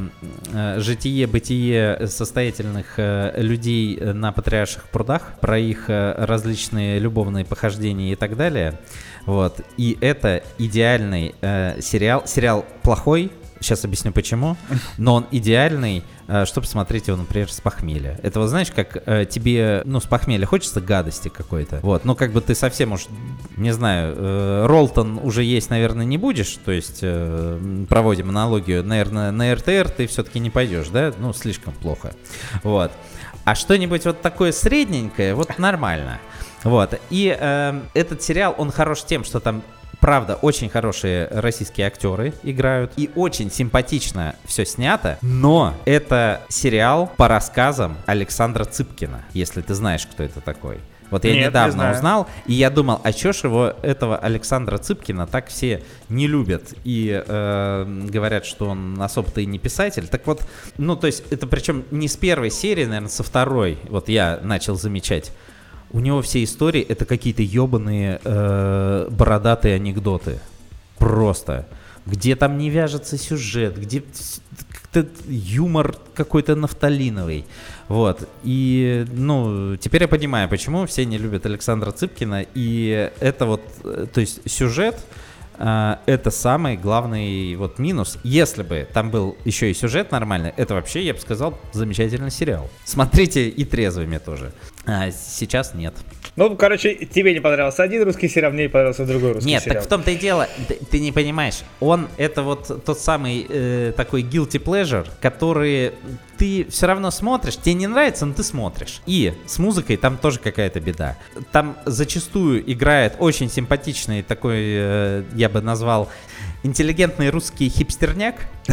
э, житие-бытие состоятельных э, людей на Патриарших прудах, про их э, различные любовные похождения и так далее. Вот. И это идеальный э, сериал. Сериал плохой. Сейчас объясню почему, но он идеальный, чтобы смотреть его, например, с похмелья. Это вот знаешь, как э, тебе, ну, с похмелья хочется гадости какой-то. Вот, ну, как бы ты совсем уж, не знаю, э, Ролтон уже есть, наверное, не будешь, то есть э, проводим аналогию, наверное, на эр тэ эр ты все-таки не пойдешь, да? Ну, слишком плохо. Вот. А что-нибудь вот такое средненькое, вот нормально. Вот. И э, этот сериал, он хорош тем, что там правда, очень хорошие российские актеры играют. И очень симпатично все снято. Но это сериал по рассказам Александра Цыпкина. Если ты знаешь, кто это такой. Вот я Нет, недавно не узнал, и я думал, а чё ж его, этого Александра Цыпкина, так все не любят и э, говорят, что он особо-то и не писатель. Так вот, ну то есть это причем не с первой серии, наверное, со второй, вот я начал замечать. У него все истории — это какие-то ебаные э, бородатые анекдоты. Просто. Где там не вяжется сюжет, где т- юмор какой-то нафталиновый. Вот. И, ну, теперь я понимаю, почему все не любят Александра Цыпкина. И это вот, то есть сюжет, Uh, это самый главный вот минус. Если бы там был еще и сюжет нормальный, это вообще, я бы сказал, замечательный сериал. Смотрите и трезвыми тоже. А сейчас нет. Ну, короче, тебе не понравился один русский сериал, мне не понравился другой русский нет, сериал. Нет, так в том-то и дело, ты, ты не понимаешь. Он, это вот тот самый э, такой guilty pleasure, который ты все равно смотришь, тебе не нравится, но ты смотришь. И с музыкой там тоже какая-то беда. Там зачастую играет очень симпатичный такой, э, я бы назвал, интеллигентный русский хипстерняк.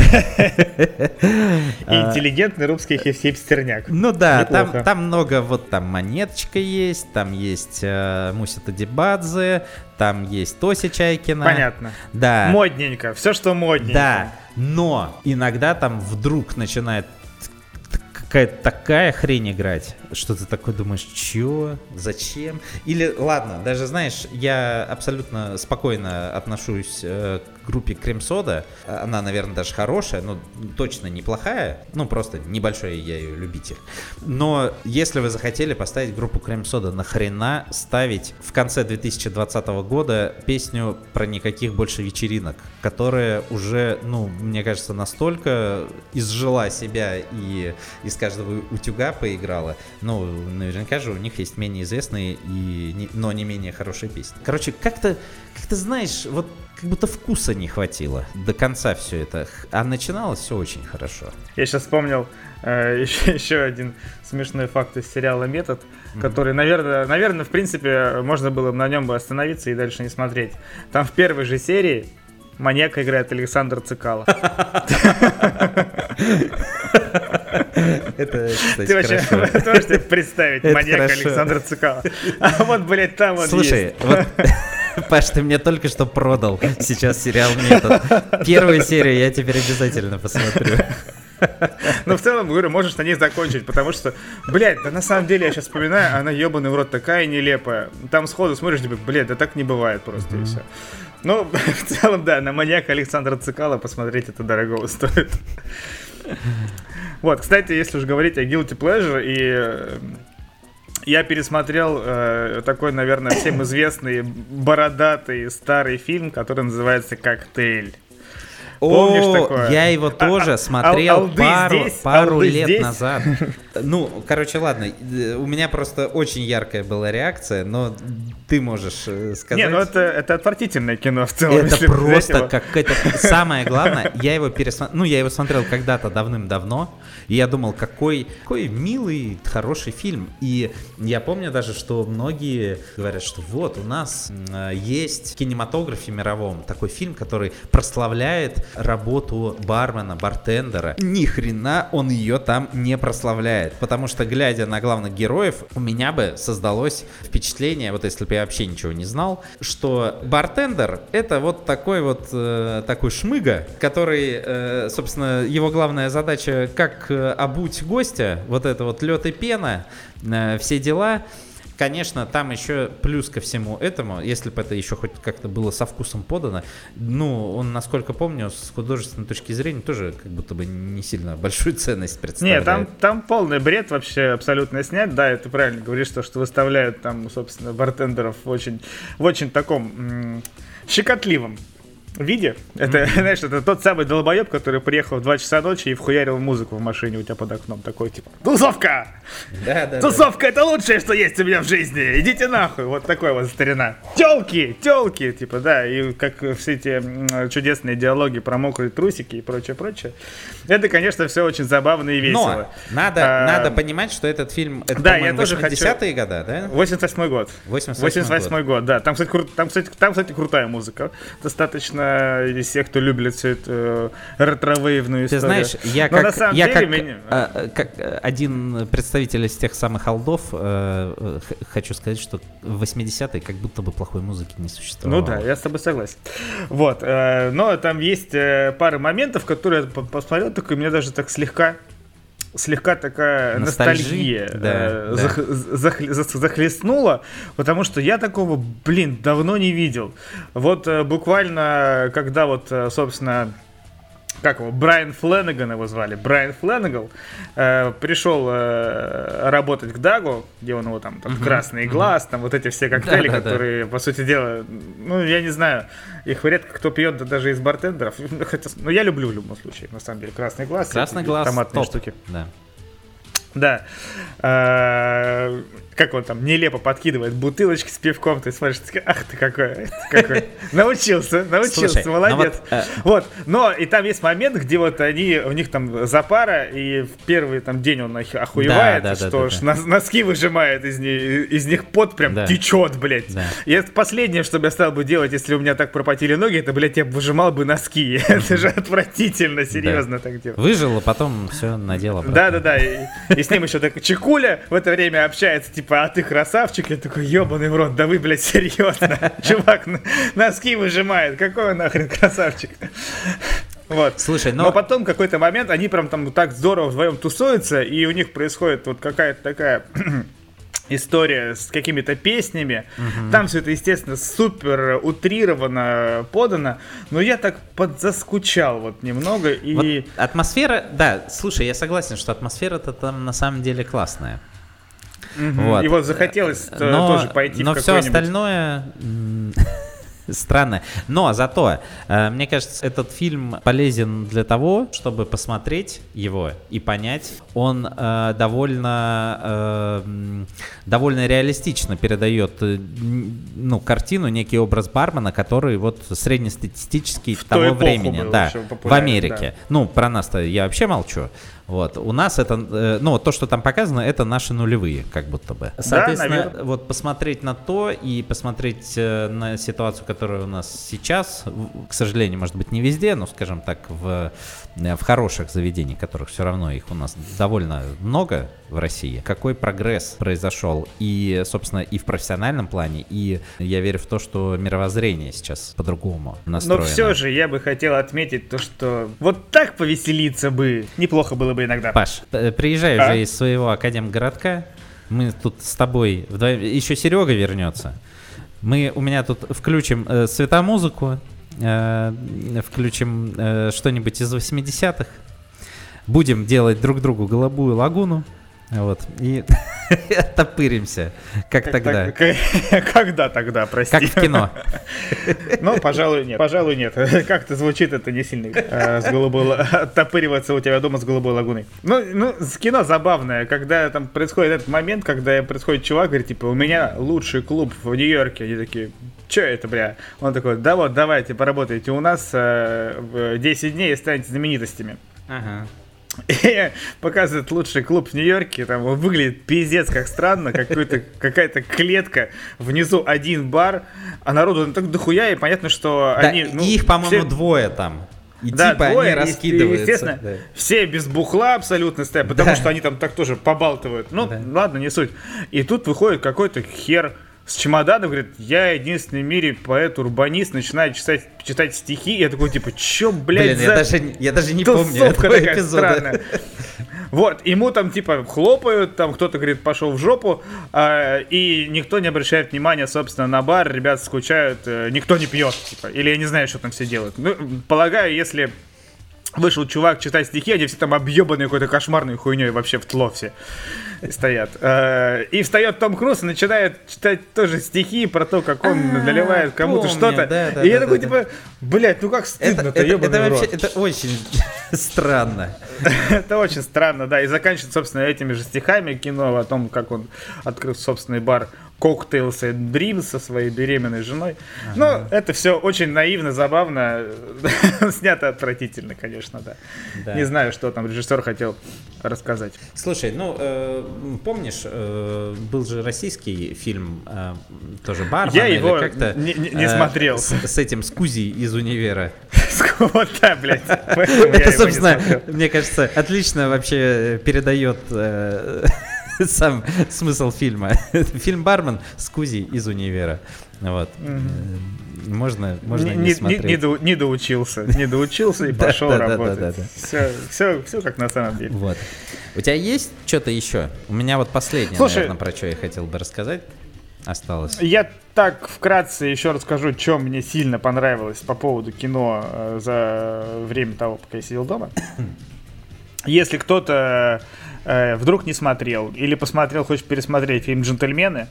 Интеллигентный русский хипстерняк. Ну да, там, там много, вот там Монеточка есть, там есть э, Муся Тадибадзе, там есть Тося Чайкина. Понятно. Да. Модненько, все, что модненько. Да, но иногда там вдруг начинает какая-то такая хрень играть, что ты такой думаешь, чё, зачем? Или, ладно, даже, знаешь, я абсолютно спокойно отношусь э, к группе Крем-Сода. Она, наверное, даже хорошая, но точно неплохая. Ну, просто небольшой я ее любитель. Но если вы захотели поставить группу Крем-Сода, нахрена ставить в конце две тысячи двадцатого года песню про никаких больше вечеринок, которая уже, ну, мне кажется, настолько изжила себя и из каждого утюга поиграла. Ну, наверняка же у них есть менее известные, и не, но не менее хорошие песни. Короче, как-то, как-то, знаешь, вот как будто вкуса не хватило до конца все это. А начиналось все очень хорошо. Я сейчас вспомнил э, еще, еще один смешной факт из сериала «Метод», mm-hmm. который, наверное, наверное, в принципе, можно было бы на нем бы остановиться и дальше не смотреть. Там в первой же серии маньяка играет Александр Цикало. Это, кстати, ты вообще можешь себе представить маньяка Александра Цикало? А вот, блядь, там он слушай, вот, Паш, ты мне только что продал сейчас сериал «Метод». Первую серию я теперь обязательно посмотрю. Ну, в целом, говорю, можешь на ней закончить, потому что, блядь, да на самом деле, я сейчас вспоминаю, она ебаный в рот такая нелепая. Там сходу смотришь, типа, блядь, да так не бывает просто, mm-hmm. и все. Ну, в целом, да, на маньяка Александра Цикало посмотреть это дорого стоит. Вот, кстати, если уж говорить о Guilty Pleasure, и я пересмотрел э, такой, наверное, всем известный бородатый старый фильм, который называется «Коктейль». Помнишь О, такое? Я его тоже а, смотрел алды пару, здесь? пару Алды лет здесь? назад. Ну, короче, ладно, у меня просто очень яркая была реакция, но ты можешь сказать... Не, ну это, это отвратительное кино в целом. Это просто какое-то... Самое главное, я его пересмотрел... Ну, я его смотрел когда-то давным-давно, и я думал, какой, какой милый, хороший фильм. И я помню даже, что многие говорят, что вот, у нас есть в кинематографе мировом такой фильм, который прославляет работу бармена, бартендера. Ни хрена он ее там не прославляет, потому что, глядя на главных героев, у меня бы создалось впечатление, вот если бы я вообще ничего не знал, что бартендер — это вот такой вот э, такой шмыга, который, э, собственно, его главная задача — как э, обуть гостя, вот это вот лед и пена, э, все дела. Конечно, там еще плюс ко всему этому, если бы это еще хоть как-то было со вкусом подано, ну, он, насколько помню, с художественной точки зрения тоже как будто бы не сильно большую ценность представляет. Нет, там, там полный бред вообще абсолютно снять, да, это правильно говоришь, что, что выставляют там, собственно, бартендеров в очень, в очень таком м- щекотливом виде. Это, mm-hmm. знаешь, это тот самый долбоеб, который приехал в два часа ночи и вхуярил музыку в машине у тебя под окном. Такой, типа, тусовка! Да, да, тусовка да. Это лучшее, что есть у меня в жизни! Идите нахуй! Вот такой вот старина. Тёлки! Тёлки! Типа, да, и как все эти чудесные диалоги про мокрые трусики и прочее-прочее. Это, конечно, все очень забавно и весело. Но надо, а, надо понимать, что этот фильм, это, да, по-моему, восьмидесятые хочу... года, да? восемьдесят восьмой год. восемьдесят восьмой год, да. Там, кстати, кру... там, кстати, там, кстати, крутая музыка. Достаточно из тех, кто любит всю эту э, ретро-вейвную историю. Ты знаешь, я Но как, я деле, как, меня... а, как один представитель из тех самых олдов э, х- хочу сказать, что в восьмидесятые как будто бы плохой музыки не существовало. Ну да, я с тобой согласен. Вот, э, но там есть э, пара моментов, которые я посмотрел, такой, мне даже так слегка слегка такая ностальгия да, э, да. Зах, зах, зах, захлестнула, потому что я такого, блин, давно не видел. Вот э, буквально, когда вот, собственно, как его, Брайан Фленнеган его звали, Брайан Фленнеган, э, пришел э, работать к Дагу, где он его там, там uh-huh. красный глаз, uh-huh. там вот эти все коктейли, да, да, которые, да. по сути дела, ну, я не знаю, их редко кто пьет, да, даже из бартендеров, хотя, ну, я люблю в любом случае, на самом деле, красный глаз, красный глаз, томатные топ. штуки. Да. Да. А, как он там нелепо подкидывает бутылочки с пивком, ты смотришь, ты, ах ты какой, какой. Научился, научился, Слушай, молодец. Вот, э... вот, но и там есть момент, где вот они, у них там запара, и в первый там день он охуевает, да, да, что да, да, да. носки выжимает из них, из них пот прям да. течет, блядь. Да. И это последнее, что я стал бы делать, если у меня так пропотели ноги, это, блядь, я выжимал бы носки. Это же отвратительно, серьезно так делать. Выжил, а потом все надел обратно. Да-да-да, и с ним еще так Чекуля в это время общается, типа, а ты красавчик? Я такой, ебаный в рот, да вы, блядь, серьезно? Чувак носки выжимает, какой он нахрен красавчик? Вот. Слушай, но... но потом какой-то момент они прям там так здорово вдвоем тусуются, и у них происходит вот какая-то такая... история с какими-то песнями. Uh-huh. Там все это, естественно, супер утрированно подано, но я так подзаскучал вот немного. И... Вот атмосфера, да, слушай, я согласен, что атмосфера-то там на самом деле классная. Uh-huh. Вот. И вот захотелось но, тоже пойти но в какой-нибудь... все остальное... Странно. Но зато, э, мне кажется, этот фильм полезен для того, чтобы посмотреть его и понять. Он э, довольно, э, довольно реалистично передает э, ну, картину, некий образ бармена, который вот среднестатистический в того времени. Да, в Америке. Да. Ну, про нас-то я вообще молчу. Вот. У нас это, э, ну, то, что там показано, это наши нулевые, как будто бы. Соответственно, да, вот посмотреть на то и посмотреть э, на ситуацию, которая у нас сейчас, к сожалению, может быть, не везде, но, скажем так, в, в хороших заведениях, которых все равно их у нас довольно много в России. Какой прогресс произошел и, собственно, и в профессиональном плане, и я верю в то, что мировоззрение сейчас по-другому настроено. Но все же я бы хотел отметить то, что вот так повеселиться бы неплохо было бы иногда. Паш, приезжай а? уже из своего академгородка. Мы тут с тобой вдвоем. Еще Серега вернется. Мы у меня тут включим э, светомузыку, э, включим э, что-нибудь из восьмидесятых. Будем делать друг другу голубую лагуну. Вот. И оттопыримся. Как, как тогда? Так, когда тогда, прости? Как в кино. Ну, пожалуй, нет. Пожалуй, нет. Как-то звучит это не сильно. С голубой... Оттопыриваться у тебя дома с голубой лагуной. Ну, ну, с кино забавное. Когда там происходит этот момент, когда приходит чувак, говорит, типа, у меня лучший клуб в Нью-Йорке. Они такие, че это, бля? Он такой, да вот, давайте, поработайте у нас десять дней и станете знаменитостями. Ага. И показывает лучший клуб в Нью-Йорке. Там он выглядит пиздец как странно, какой-то, какая-то клетка, внизу один бар, а народу так дохуя, и понятно, что да, они... Ну, их, по-моему, все... двое там. И да, типа двое, они раскидываются. Естественно, да. Все без бухла абсолютно стоят, потому да. что они там так тоже побалтывают. Ну, да. ладно, не суть. И тут выходит какой-то хер с чемоданом, говорит, я единственный в мире поэт-урбанист, начинает читать, читать стихи, и я такой, типа, чё, блядь, Блин, за... я даже, я даже не помню этого эпизода. Странная. Вот, ему там, типа, хлопают, там кто-то говорит, пошел в жопу, а, и никто не обращает внимания, собственно, на бар, ребята скучают, а, никто не пьет, типа, или я не знаю, что там все делают. Ну, полагаю, если вышел чувак читать стихи, они все там объебанные какой-то кошмарной хуйней вообще в тло все стоят. И встает Том Круз и начинает читать тоже стихи про то, как он наливает кому-то что-то. И я такой, типа, блядь, ну как стыдно-то, ебаный рот. Это очень странно. Это очень странно, да. И заканчивает, собственно, этими же стихами кино о том, как он открыл собственный бар Cocktails and Dreams со своей беременной женой. Ага. Ну, это все очень наивно, забавно. Снято отвратительно, конечно, да. да. Не знаю, что там режиссер хотел рассказать. Слушай, ну, э, помнишь, э, был же российский фильм, э, тоже «Бармен». Я его как-то, не, не, не э, смотрел. С, с этим, с Кузей из «Универа». Вот да, блядь. Это, собственно, мне кажется, отлично вообще передает... сам смысл фильма. Фильм «Бармен» с Кузей из «Универа». Вот. Mm-hmm. Можно, можно не, не смотреть. Не, не, до, не доучился. Не доучился и пошел работать. Все, все, все как на самом деле. Вот. У тебя есть что-то еще? У меня вот последнее, наверное, про что я хотел бы рассказать. осталось. Я так вкратце еще расскажу, что мне сильно понравилось по поводу кино э, за время того, пока я сидел дома. Если кто-то э, вдруг не смотрел или посмотрел, хочет пересмотреть фильм «Джентльмены»,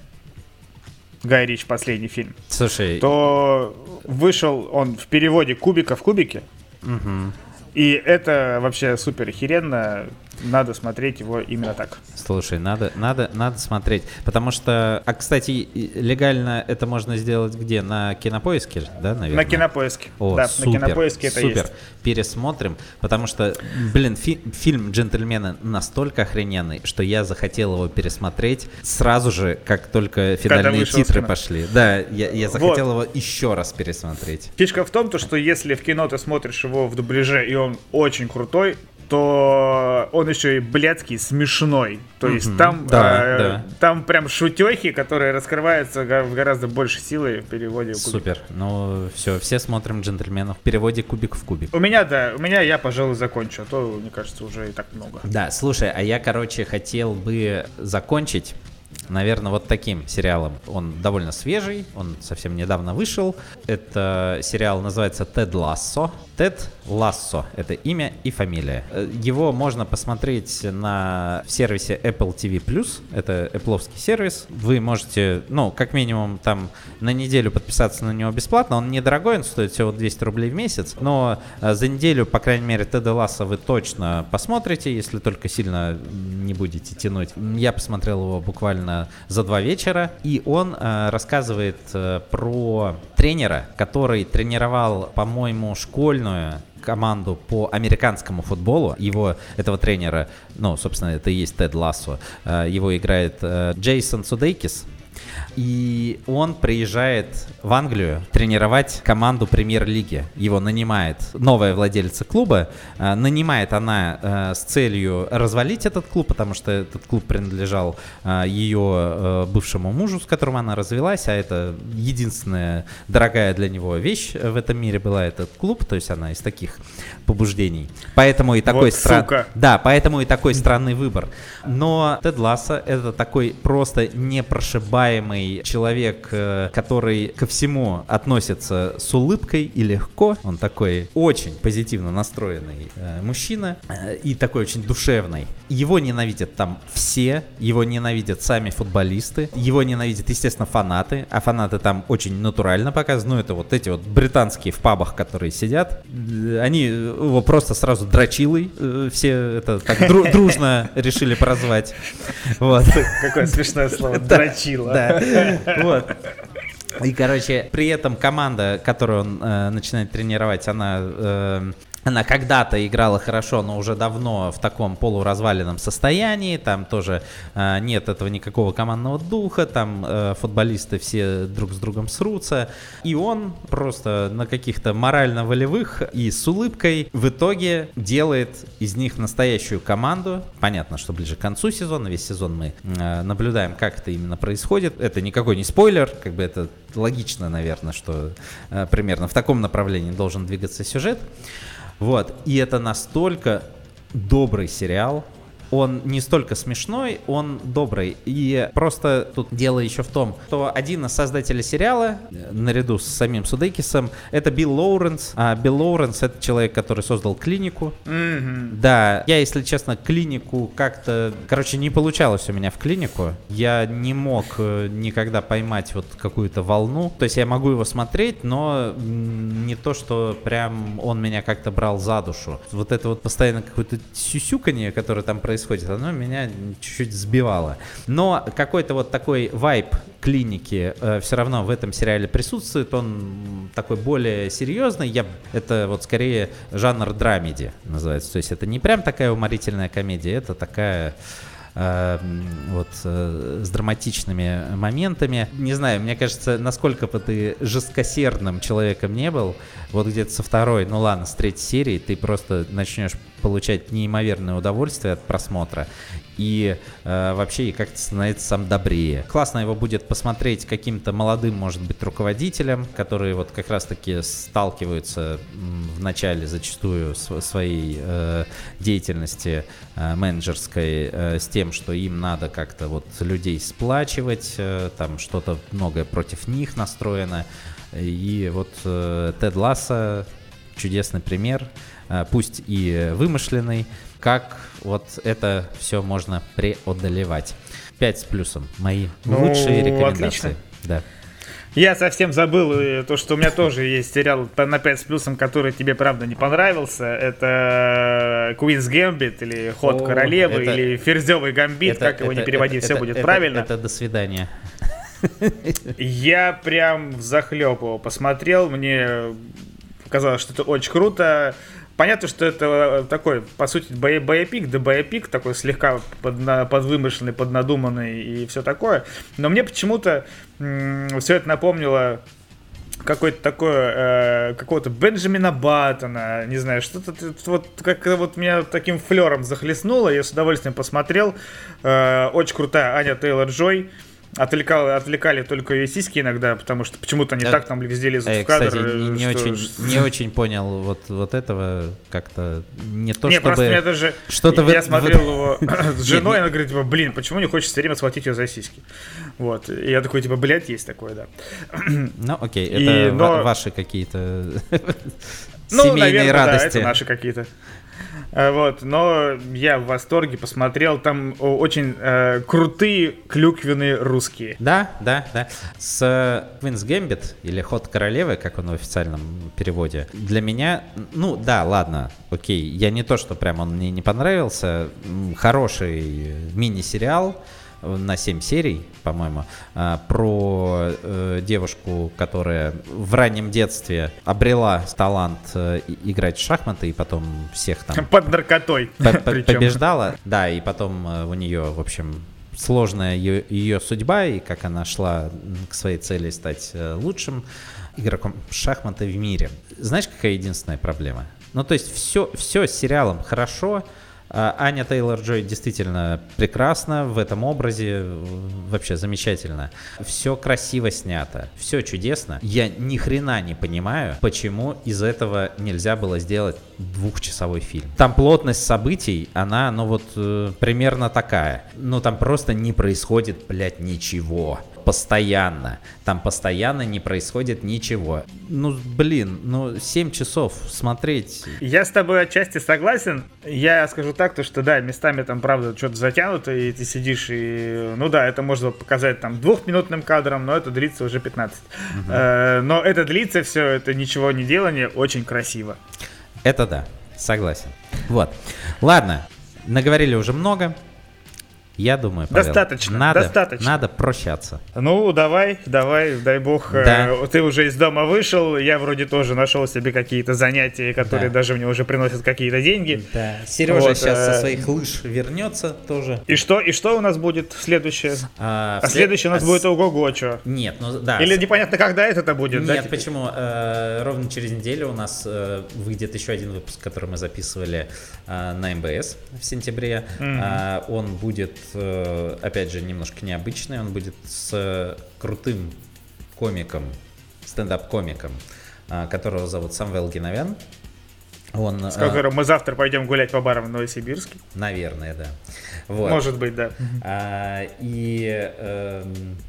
Гай Ричи последний фильм, Слушай, то вышел он в переводе «Кубика в кубике». угу. И это вообще супер охеренно. Надо смотреть его именно так. Слушай, надо, надо, надо смотреть. Потому что, а, кстати, легально это можно сделать где? На Кинопоиске, да, наверное? На Кинопоиске. О, да, супер, на Кинопоиске это супер. есть. Пересмотрим, потому что, блин, фи- фильм «Джентльмены» настолько охрененный, что я захотел его пересмотреть сразу же, как только финальные титры пошли. Да, я, я захотел вот. его еще раз пересмотреть. Фишка в том, то, что если в кино ты смотришь его в дубляже, и он очень крутой, то он еще и блядский, смешной. То есть mm-hmm. там, да, э, да. там прям шутехи, которые раскрываются в гораздо большей силой в переводе. Супер. Ну все, все смотрим «Джентльменов» в переводе «Кубик в кубик». У меня, да, у меня я, пожалуй, закончу, а то, мне кажется, уже и так много. Да, слушай, а я, короче, хотел бы закончить, наверное, вот таким сериалом. Он довольно свежий, он совсем недавно вышел. Это сериал называется «Тед Лассо». Тед Лассо — это имя и фамилия. Его можно посмотреть на сервисе Apple ти ви плюс. Это Apple'овский сервис. Вы можете, ну, как минимум, там на неделю подписаться на него бесплатно. Он недорогой, он стоит всего двести рублей в месяц. Но за неделю, по крайней мере, Теда Лассо вы точно посмотрите, если только сильно не будете тянуть. Я посмотрел его буквально за два вечера. И он э, рассказывает э, про тренера, который тренировал, по-моему, школьную команду по американскому футболу. Его, этого тренера, ну, собственно, это и есть Тед Лассо. Его играет Джейсон Судейкис. И он приезжает в Англию тренировать команду премьер-лиги. Его нанимает новая владельца клуба. Э, нанимает она э, с целью развалить этот клуб, потому что этот клуб принадлежал э, ее э, бывшему мужу, с которым она развелась, а это единственная дорогая для него вещь в этом мире была этот клуб, то есть она из таких побуждений. Поэтому и такой вот стран... сука. Да, поэтому и такой странный выбор. Но Тед Лассо — это такой просто непрошибаемый человек, который ко всему относится с улыбкой и легко. Он такой очень позитивно настроенный э, мужчина э, и такой очень душевный. Его ненавидят там все, его ненавидят сами футболисты, его ненавидят, естественно, фанаты, а фанаты там очень натурально показаны. Ну, это вот эти вот британские в пабах, которые сидят, они его просто сразу дрочилой э, все это так дру- дружно решили прозвать. Вот. Какое смешное слово, дрочила. Да. Вот. И, короче, при этом команда, которую он э, начинает тренировать, она... Э, Она когда-то играла хорошо, но уже давно в таком полуразваленном состоянии. Там тоже э, нет этого никакого командного духа. Там э, футболисты все друг с другом срутся. И он просто на каких-то морально-волевых и с улыбкой в итоге делает из них настоящую команду. Понятно, что ближе к концу сезона, весь сезон мы э, наблюдаем, как это именно происходит. Это никакой не спойлер, как бы это логично, наверное, что э, примерно в таком направлении должен двигаться сюжет. Вот, и это настолько добрый сериал. Он не столько смешной, он добрый. И просто тут дело еще в том, что один из создателей сериала, наряду с самим Судейкисом, это Билл Лоуренс. А Билл Лоуренс — это человек, который создал «Клинику». Mm-hmm. Да, я, если честно, «Клинику» как-то... Короче, не получалось у меня в «Клинику». Я не мог никогда поймать вот какую-то волну. То есть я могу его смотреть, но не то, что прям он меня как-то брал за душу. Вот это вот постоянно какое-то сюсюканье, которое там происходит, оно меня чуть-чуть сбивало. Но какой-то вот такой вайб «Клиники» э, все равно в этом сериале присутствует. Он такой более серьезный. Я, это вот скорее жанр драмеди называется. То есть это не прям такая уморительная комедия, это такая... Э, вот э, с драматичными моментами. Не знаю, мне кажется, насколько бы ты жесткосердным человеком не был, вот где-то со второй, ну ладно, с третьей серии ты просто начнешь получать неимоверное удовольствие от просмотра и э, вообще и как-то становится сам добрее. Классно его будет посмотреть каким-то молодым, может быть, руководителям, которые вот как раз-таки сталкиваются м, в начале зачастую с, своей э, деятельности э, менеджерской э, с тем, тем, что им надо как-то вот людей сплачивать, э, там что-то многое против них настроено. И вот э, Тед Лассо чудесный пример, э, пусть и вымышленный, как вот это все можно преодолевать. Пять с плюсом. Мои ну, лучшие рекомендации. Отлично. Да. Я совсем забыл то, что у меня тоже есть сериал на пять с плюсом, который тебе, правда, не понравился. Это Queen's Gambit или Ход О, Королевы это, или Ферзевый Гамбит, это, как его это, не переводи, это, все это, будет это, правильно. Это до свидания. Я прям взахлеб его посмотрел, мне показалось, что это очень круто. Понятно, что это такой, по сути, боепик, да боепик, такой слегка подна, подвымышленный, поднадуманный и все такое. Но мне почему-то м- все это напомнило какое-то такое, э, какого-то Бенджамина Баттона, не знаю, что-то вот, как вот меня таким флером захлестнуло, я с удовольствием посмотрел. Э, очень крутая Аня Тейлор-Джой. Отвлекали, отвлекали только ее сиськи иногда, потому что почему-то они да. так там везде лезут э, в кадр. Кстати, не, не, что... очень, не очень понял вот, вот этого как-то. Не то, не, чтобы... просто мне даже... Что-то я в... смотрел его с женой, она говорит, типа, блин, почему не хочешь все время схватить ее за сиськи? Вот. И я такой, типа, блядь, есть такое, да. Ну, окей, это и, но... ваши какие-то ну, семейные наверное, радости. Да, это наши какие-то. Вот, но я в восторге посмотрел, там очень э, крутые клюквенные русские. Да, да, да. С Queen's Gambit, или Ход Королевы, как он в официальном переводе, для меня, ну да, ладно, окей, я не то, что прям он мне не понравился, хороший мини-сериал, на семь серий, по-моему, про э, девушку, которая в раннем детстве обрела талант э, играть в шахматы и потом всех там... Под наркотой. Побеждала. Да, и потом э, у нее, в общем, сложная ее, ее судьба, и как она шла к своей цели стать э, лучшим игроком шахматы в мире. Знаешь, какая единственная проблема? Ну, то есть все, все с сериалом хорошо. Аня Тейлор-Джой действительно прекрасна в этом образе, вообще замечательно. Все красиво снято, все чудесно. Я ни хрена не понимаю, почему из этого нельзя было сделать двухчасовой фильм. Там плотность событий, она, ну вот, э, примерно такая. Ну там просто не происходит, блядь, ничего. Постоянно. Там постоянно не происходит ничего. Ну, блин, ну, семь часов смотреть... Я с тобой отчасти согласен. Я скажу так, то, что да, местами там, правда, что-то затянуто, и ты сидишь, и... Ну да, это можно показать там двухминутным кадром, но это длится уже пятнадцать. Угу. Э, но это длится все, это ничего не делание, очень красиво. Это да, согласен. Вот. Ладно, наговорили уже много. Я думаю, Павел, достаточно, надо, достаточно. Надо прощаться. Ну, давай, давай, дай бог, да. э, ты уже из дома вышел, я вроде тоже нашел себе какие-то занятия, которые да. даже мне уже приносят какие-то деньги. Да. Сережа вот, сейчас э... со своих лыж вернется тоже. И что, и что у нас будет следующее? А, а следующее у нас а будет ого-го, что? Нет, ну да. Или непонятно, когда это будет? Нет, да, почему? Э, ровно через неделю у нас э, выйдет еще один выпуск, который мы записывали э, на эм бэ эс в сентябре. Mm-hmm. Э, он будет опять же, немножко необычный. Он будет с крутым комиком, стендап-комиком, которого зовут Самвел Геновян. Он, с которым а... мы завтра пойдем гулять по барам в Новосибирске. Наверное, да. Вот. Может быть, да. А, и, э,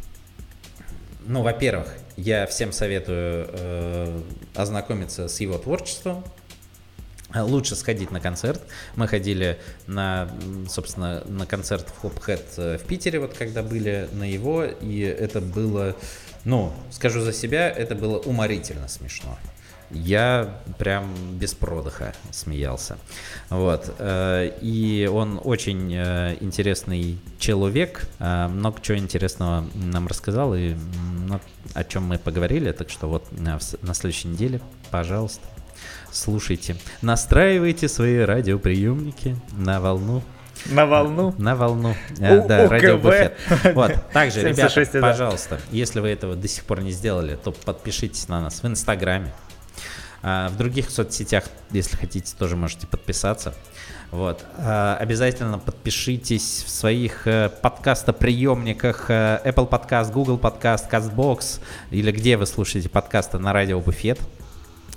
ну, во-первых, я всем советую э, ознакомиться с его творчеством. Лучше сходить на концерт. Мы ходили на, собственно, на концерт в Hophead в Питере, вот когда были на его, и это было, ну, скажу за себя, это было уморительно смешно. Я прям без продыха смеялся. Вот. И он очень интересный человек, много чего интересного нам рассказал, и о чем мы поговорили, так что вот на следующей неделе, пожалуйста, слушайте, настраивайте свои радиоприемники на волну. На волну? На волну. У- да, Радио Буфет. Вот. Также, ребята, пожалуйста, если вы этого до сих пор не сделали, то подпишитесь на нас в Инстаграме. В других соцсетях, если хотите, тоже можете подписаться. Вот. Обязательно подпишитесь в своих подкастоприемниках Apple Podcast, Google Podcast, CastBox или где вы слушаете подкасты на Радио Буфет.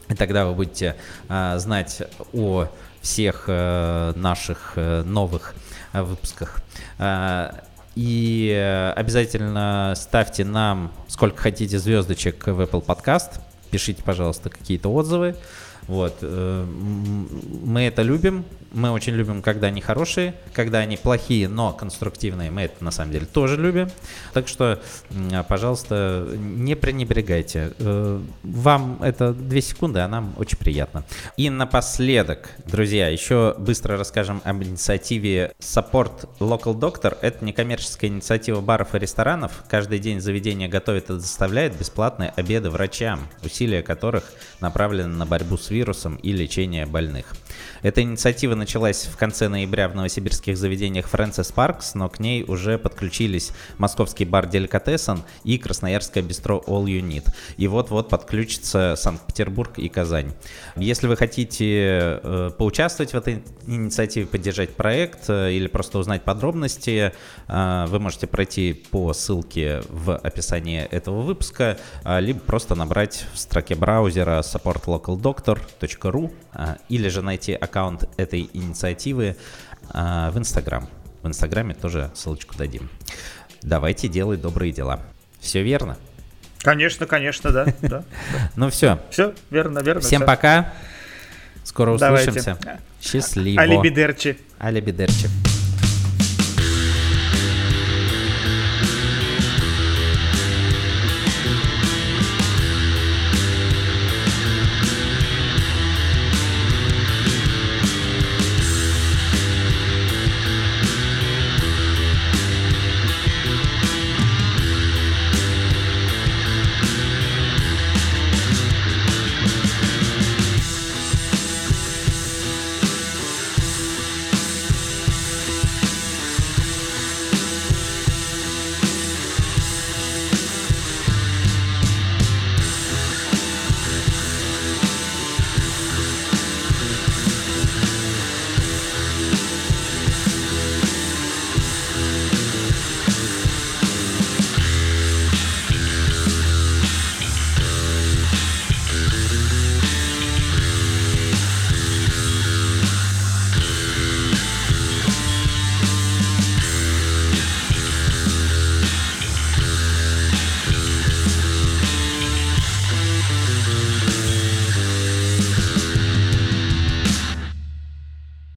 И тогда вы будете а, знать о всех а, наших а, новых а, выпусках. А, и обязательно ставьте нам сколько хотите звездочек в Apple Podcast. Пишите, пожалуйста, какие-то отзывы. Вот. Мы это любим. Мы очень любим, когда они хорошие, когда они плохие, но конструктивные. Мы это на самом деле тоже любим. Так что, пожалуйста, не пренебрегайте. Вам это две секунды, а нам очень приятно. И напоследок, друзья, еще быстро расскажем об инициативе Support Local Doctor. Это некоммерческая инициатива баров и ресторанов. Каждый день заведение готовит и доставляет бесплатные обеды врачам, усилия которых направлены на борьбу с вирусом и лечение больных. Эта инициатива началась в конце ноября в новосибирских заведениях Francis Parks, но к ней уже подключились московский бар Деликатесен и красноярское бистро All You Need. И вот-вот подключится Санкт-Петербург и Казань. Если вы хотите э, поучаствовать в этой инициативе, поддержать проект э, или просто узнать подробности, э, вы можете пройти по ссылке в описании этого выпуска, э, либо просто набрать в строке браузера support local doctor точка ру э, или же найти аккаунт этой инициативы э, в Инстаграм. В Инстаграме тоже ссылочку дадим. Давайте делать добрые дела. Все верно? Конечно, конечно, да. да. Ну все. Все, верно, верно. Всем все. пока. Скоро услышимся. Давайте. Счастливо. Алибидерчи. Алибидерчи.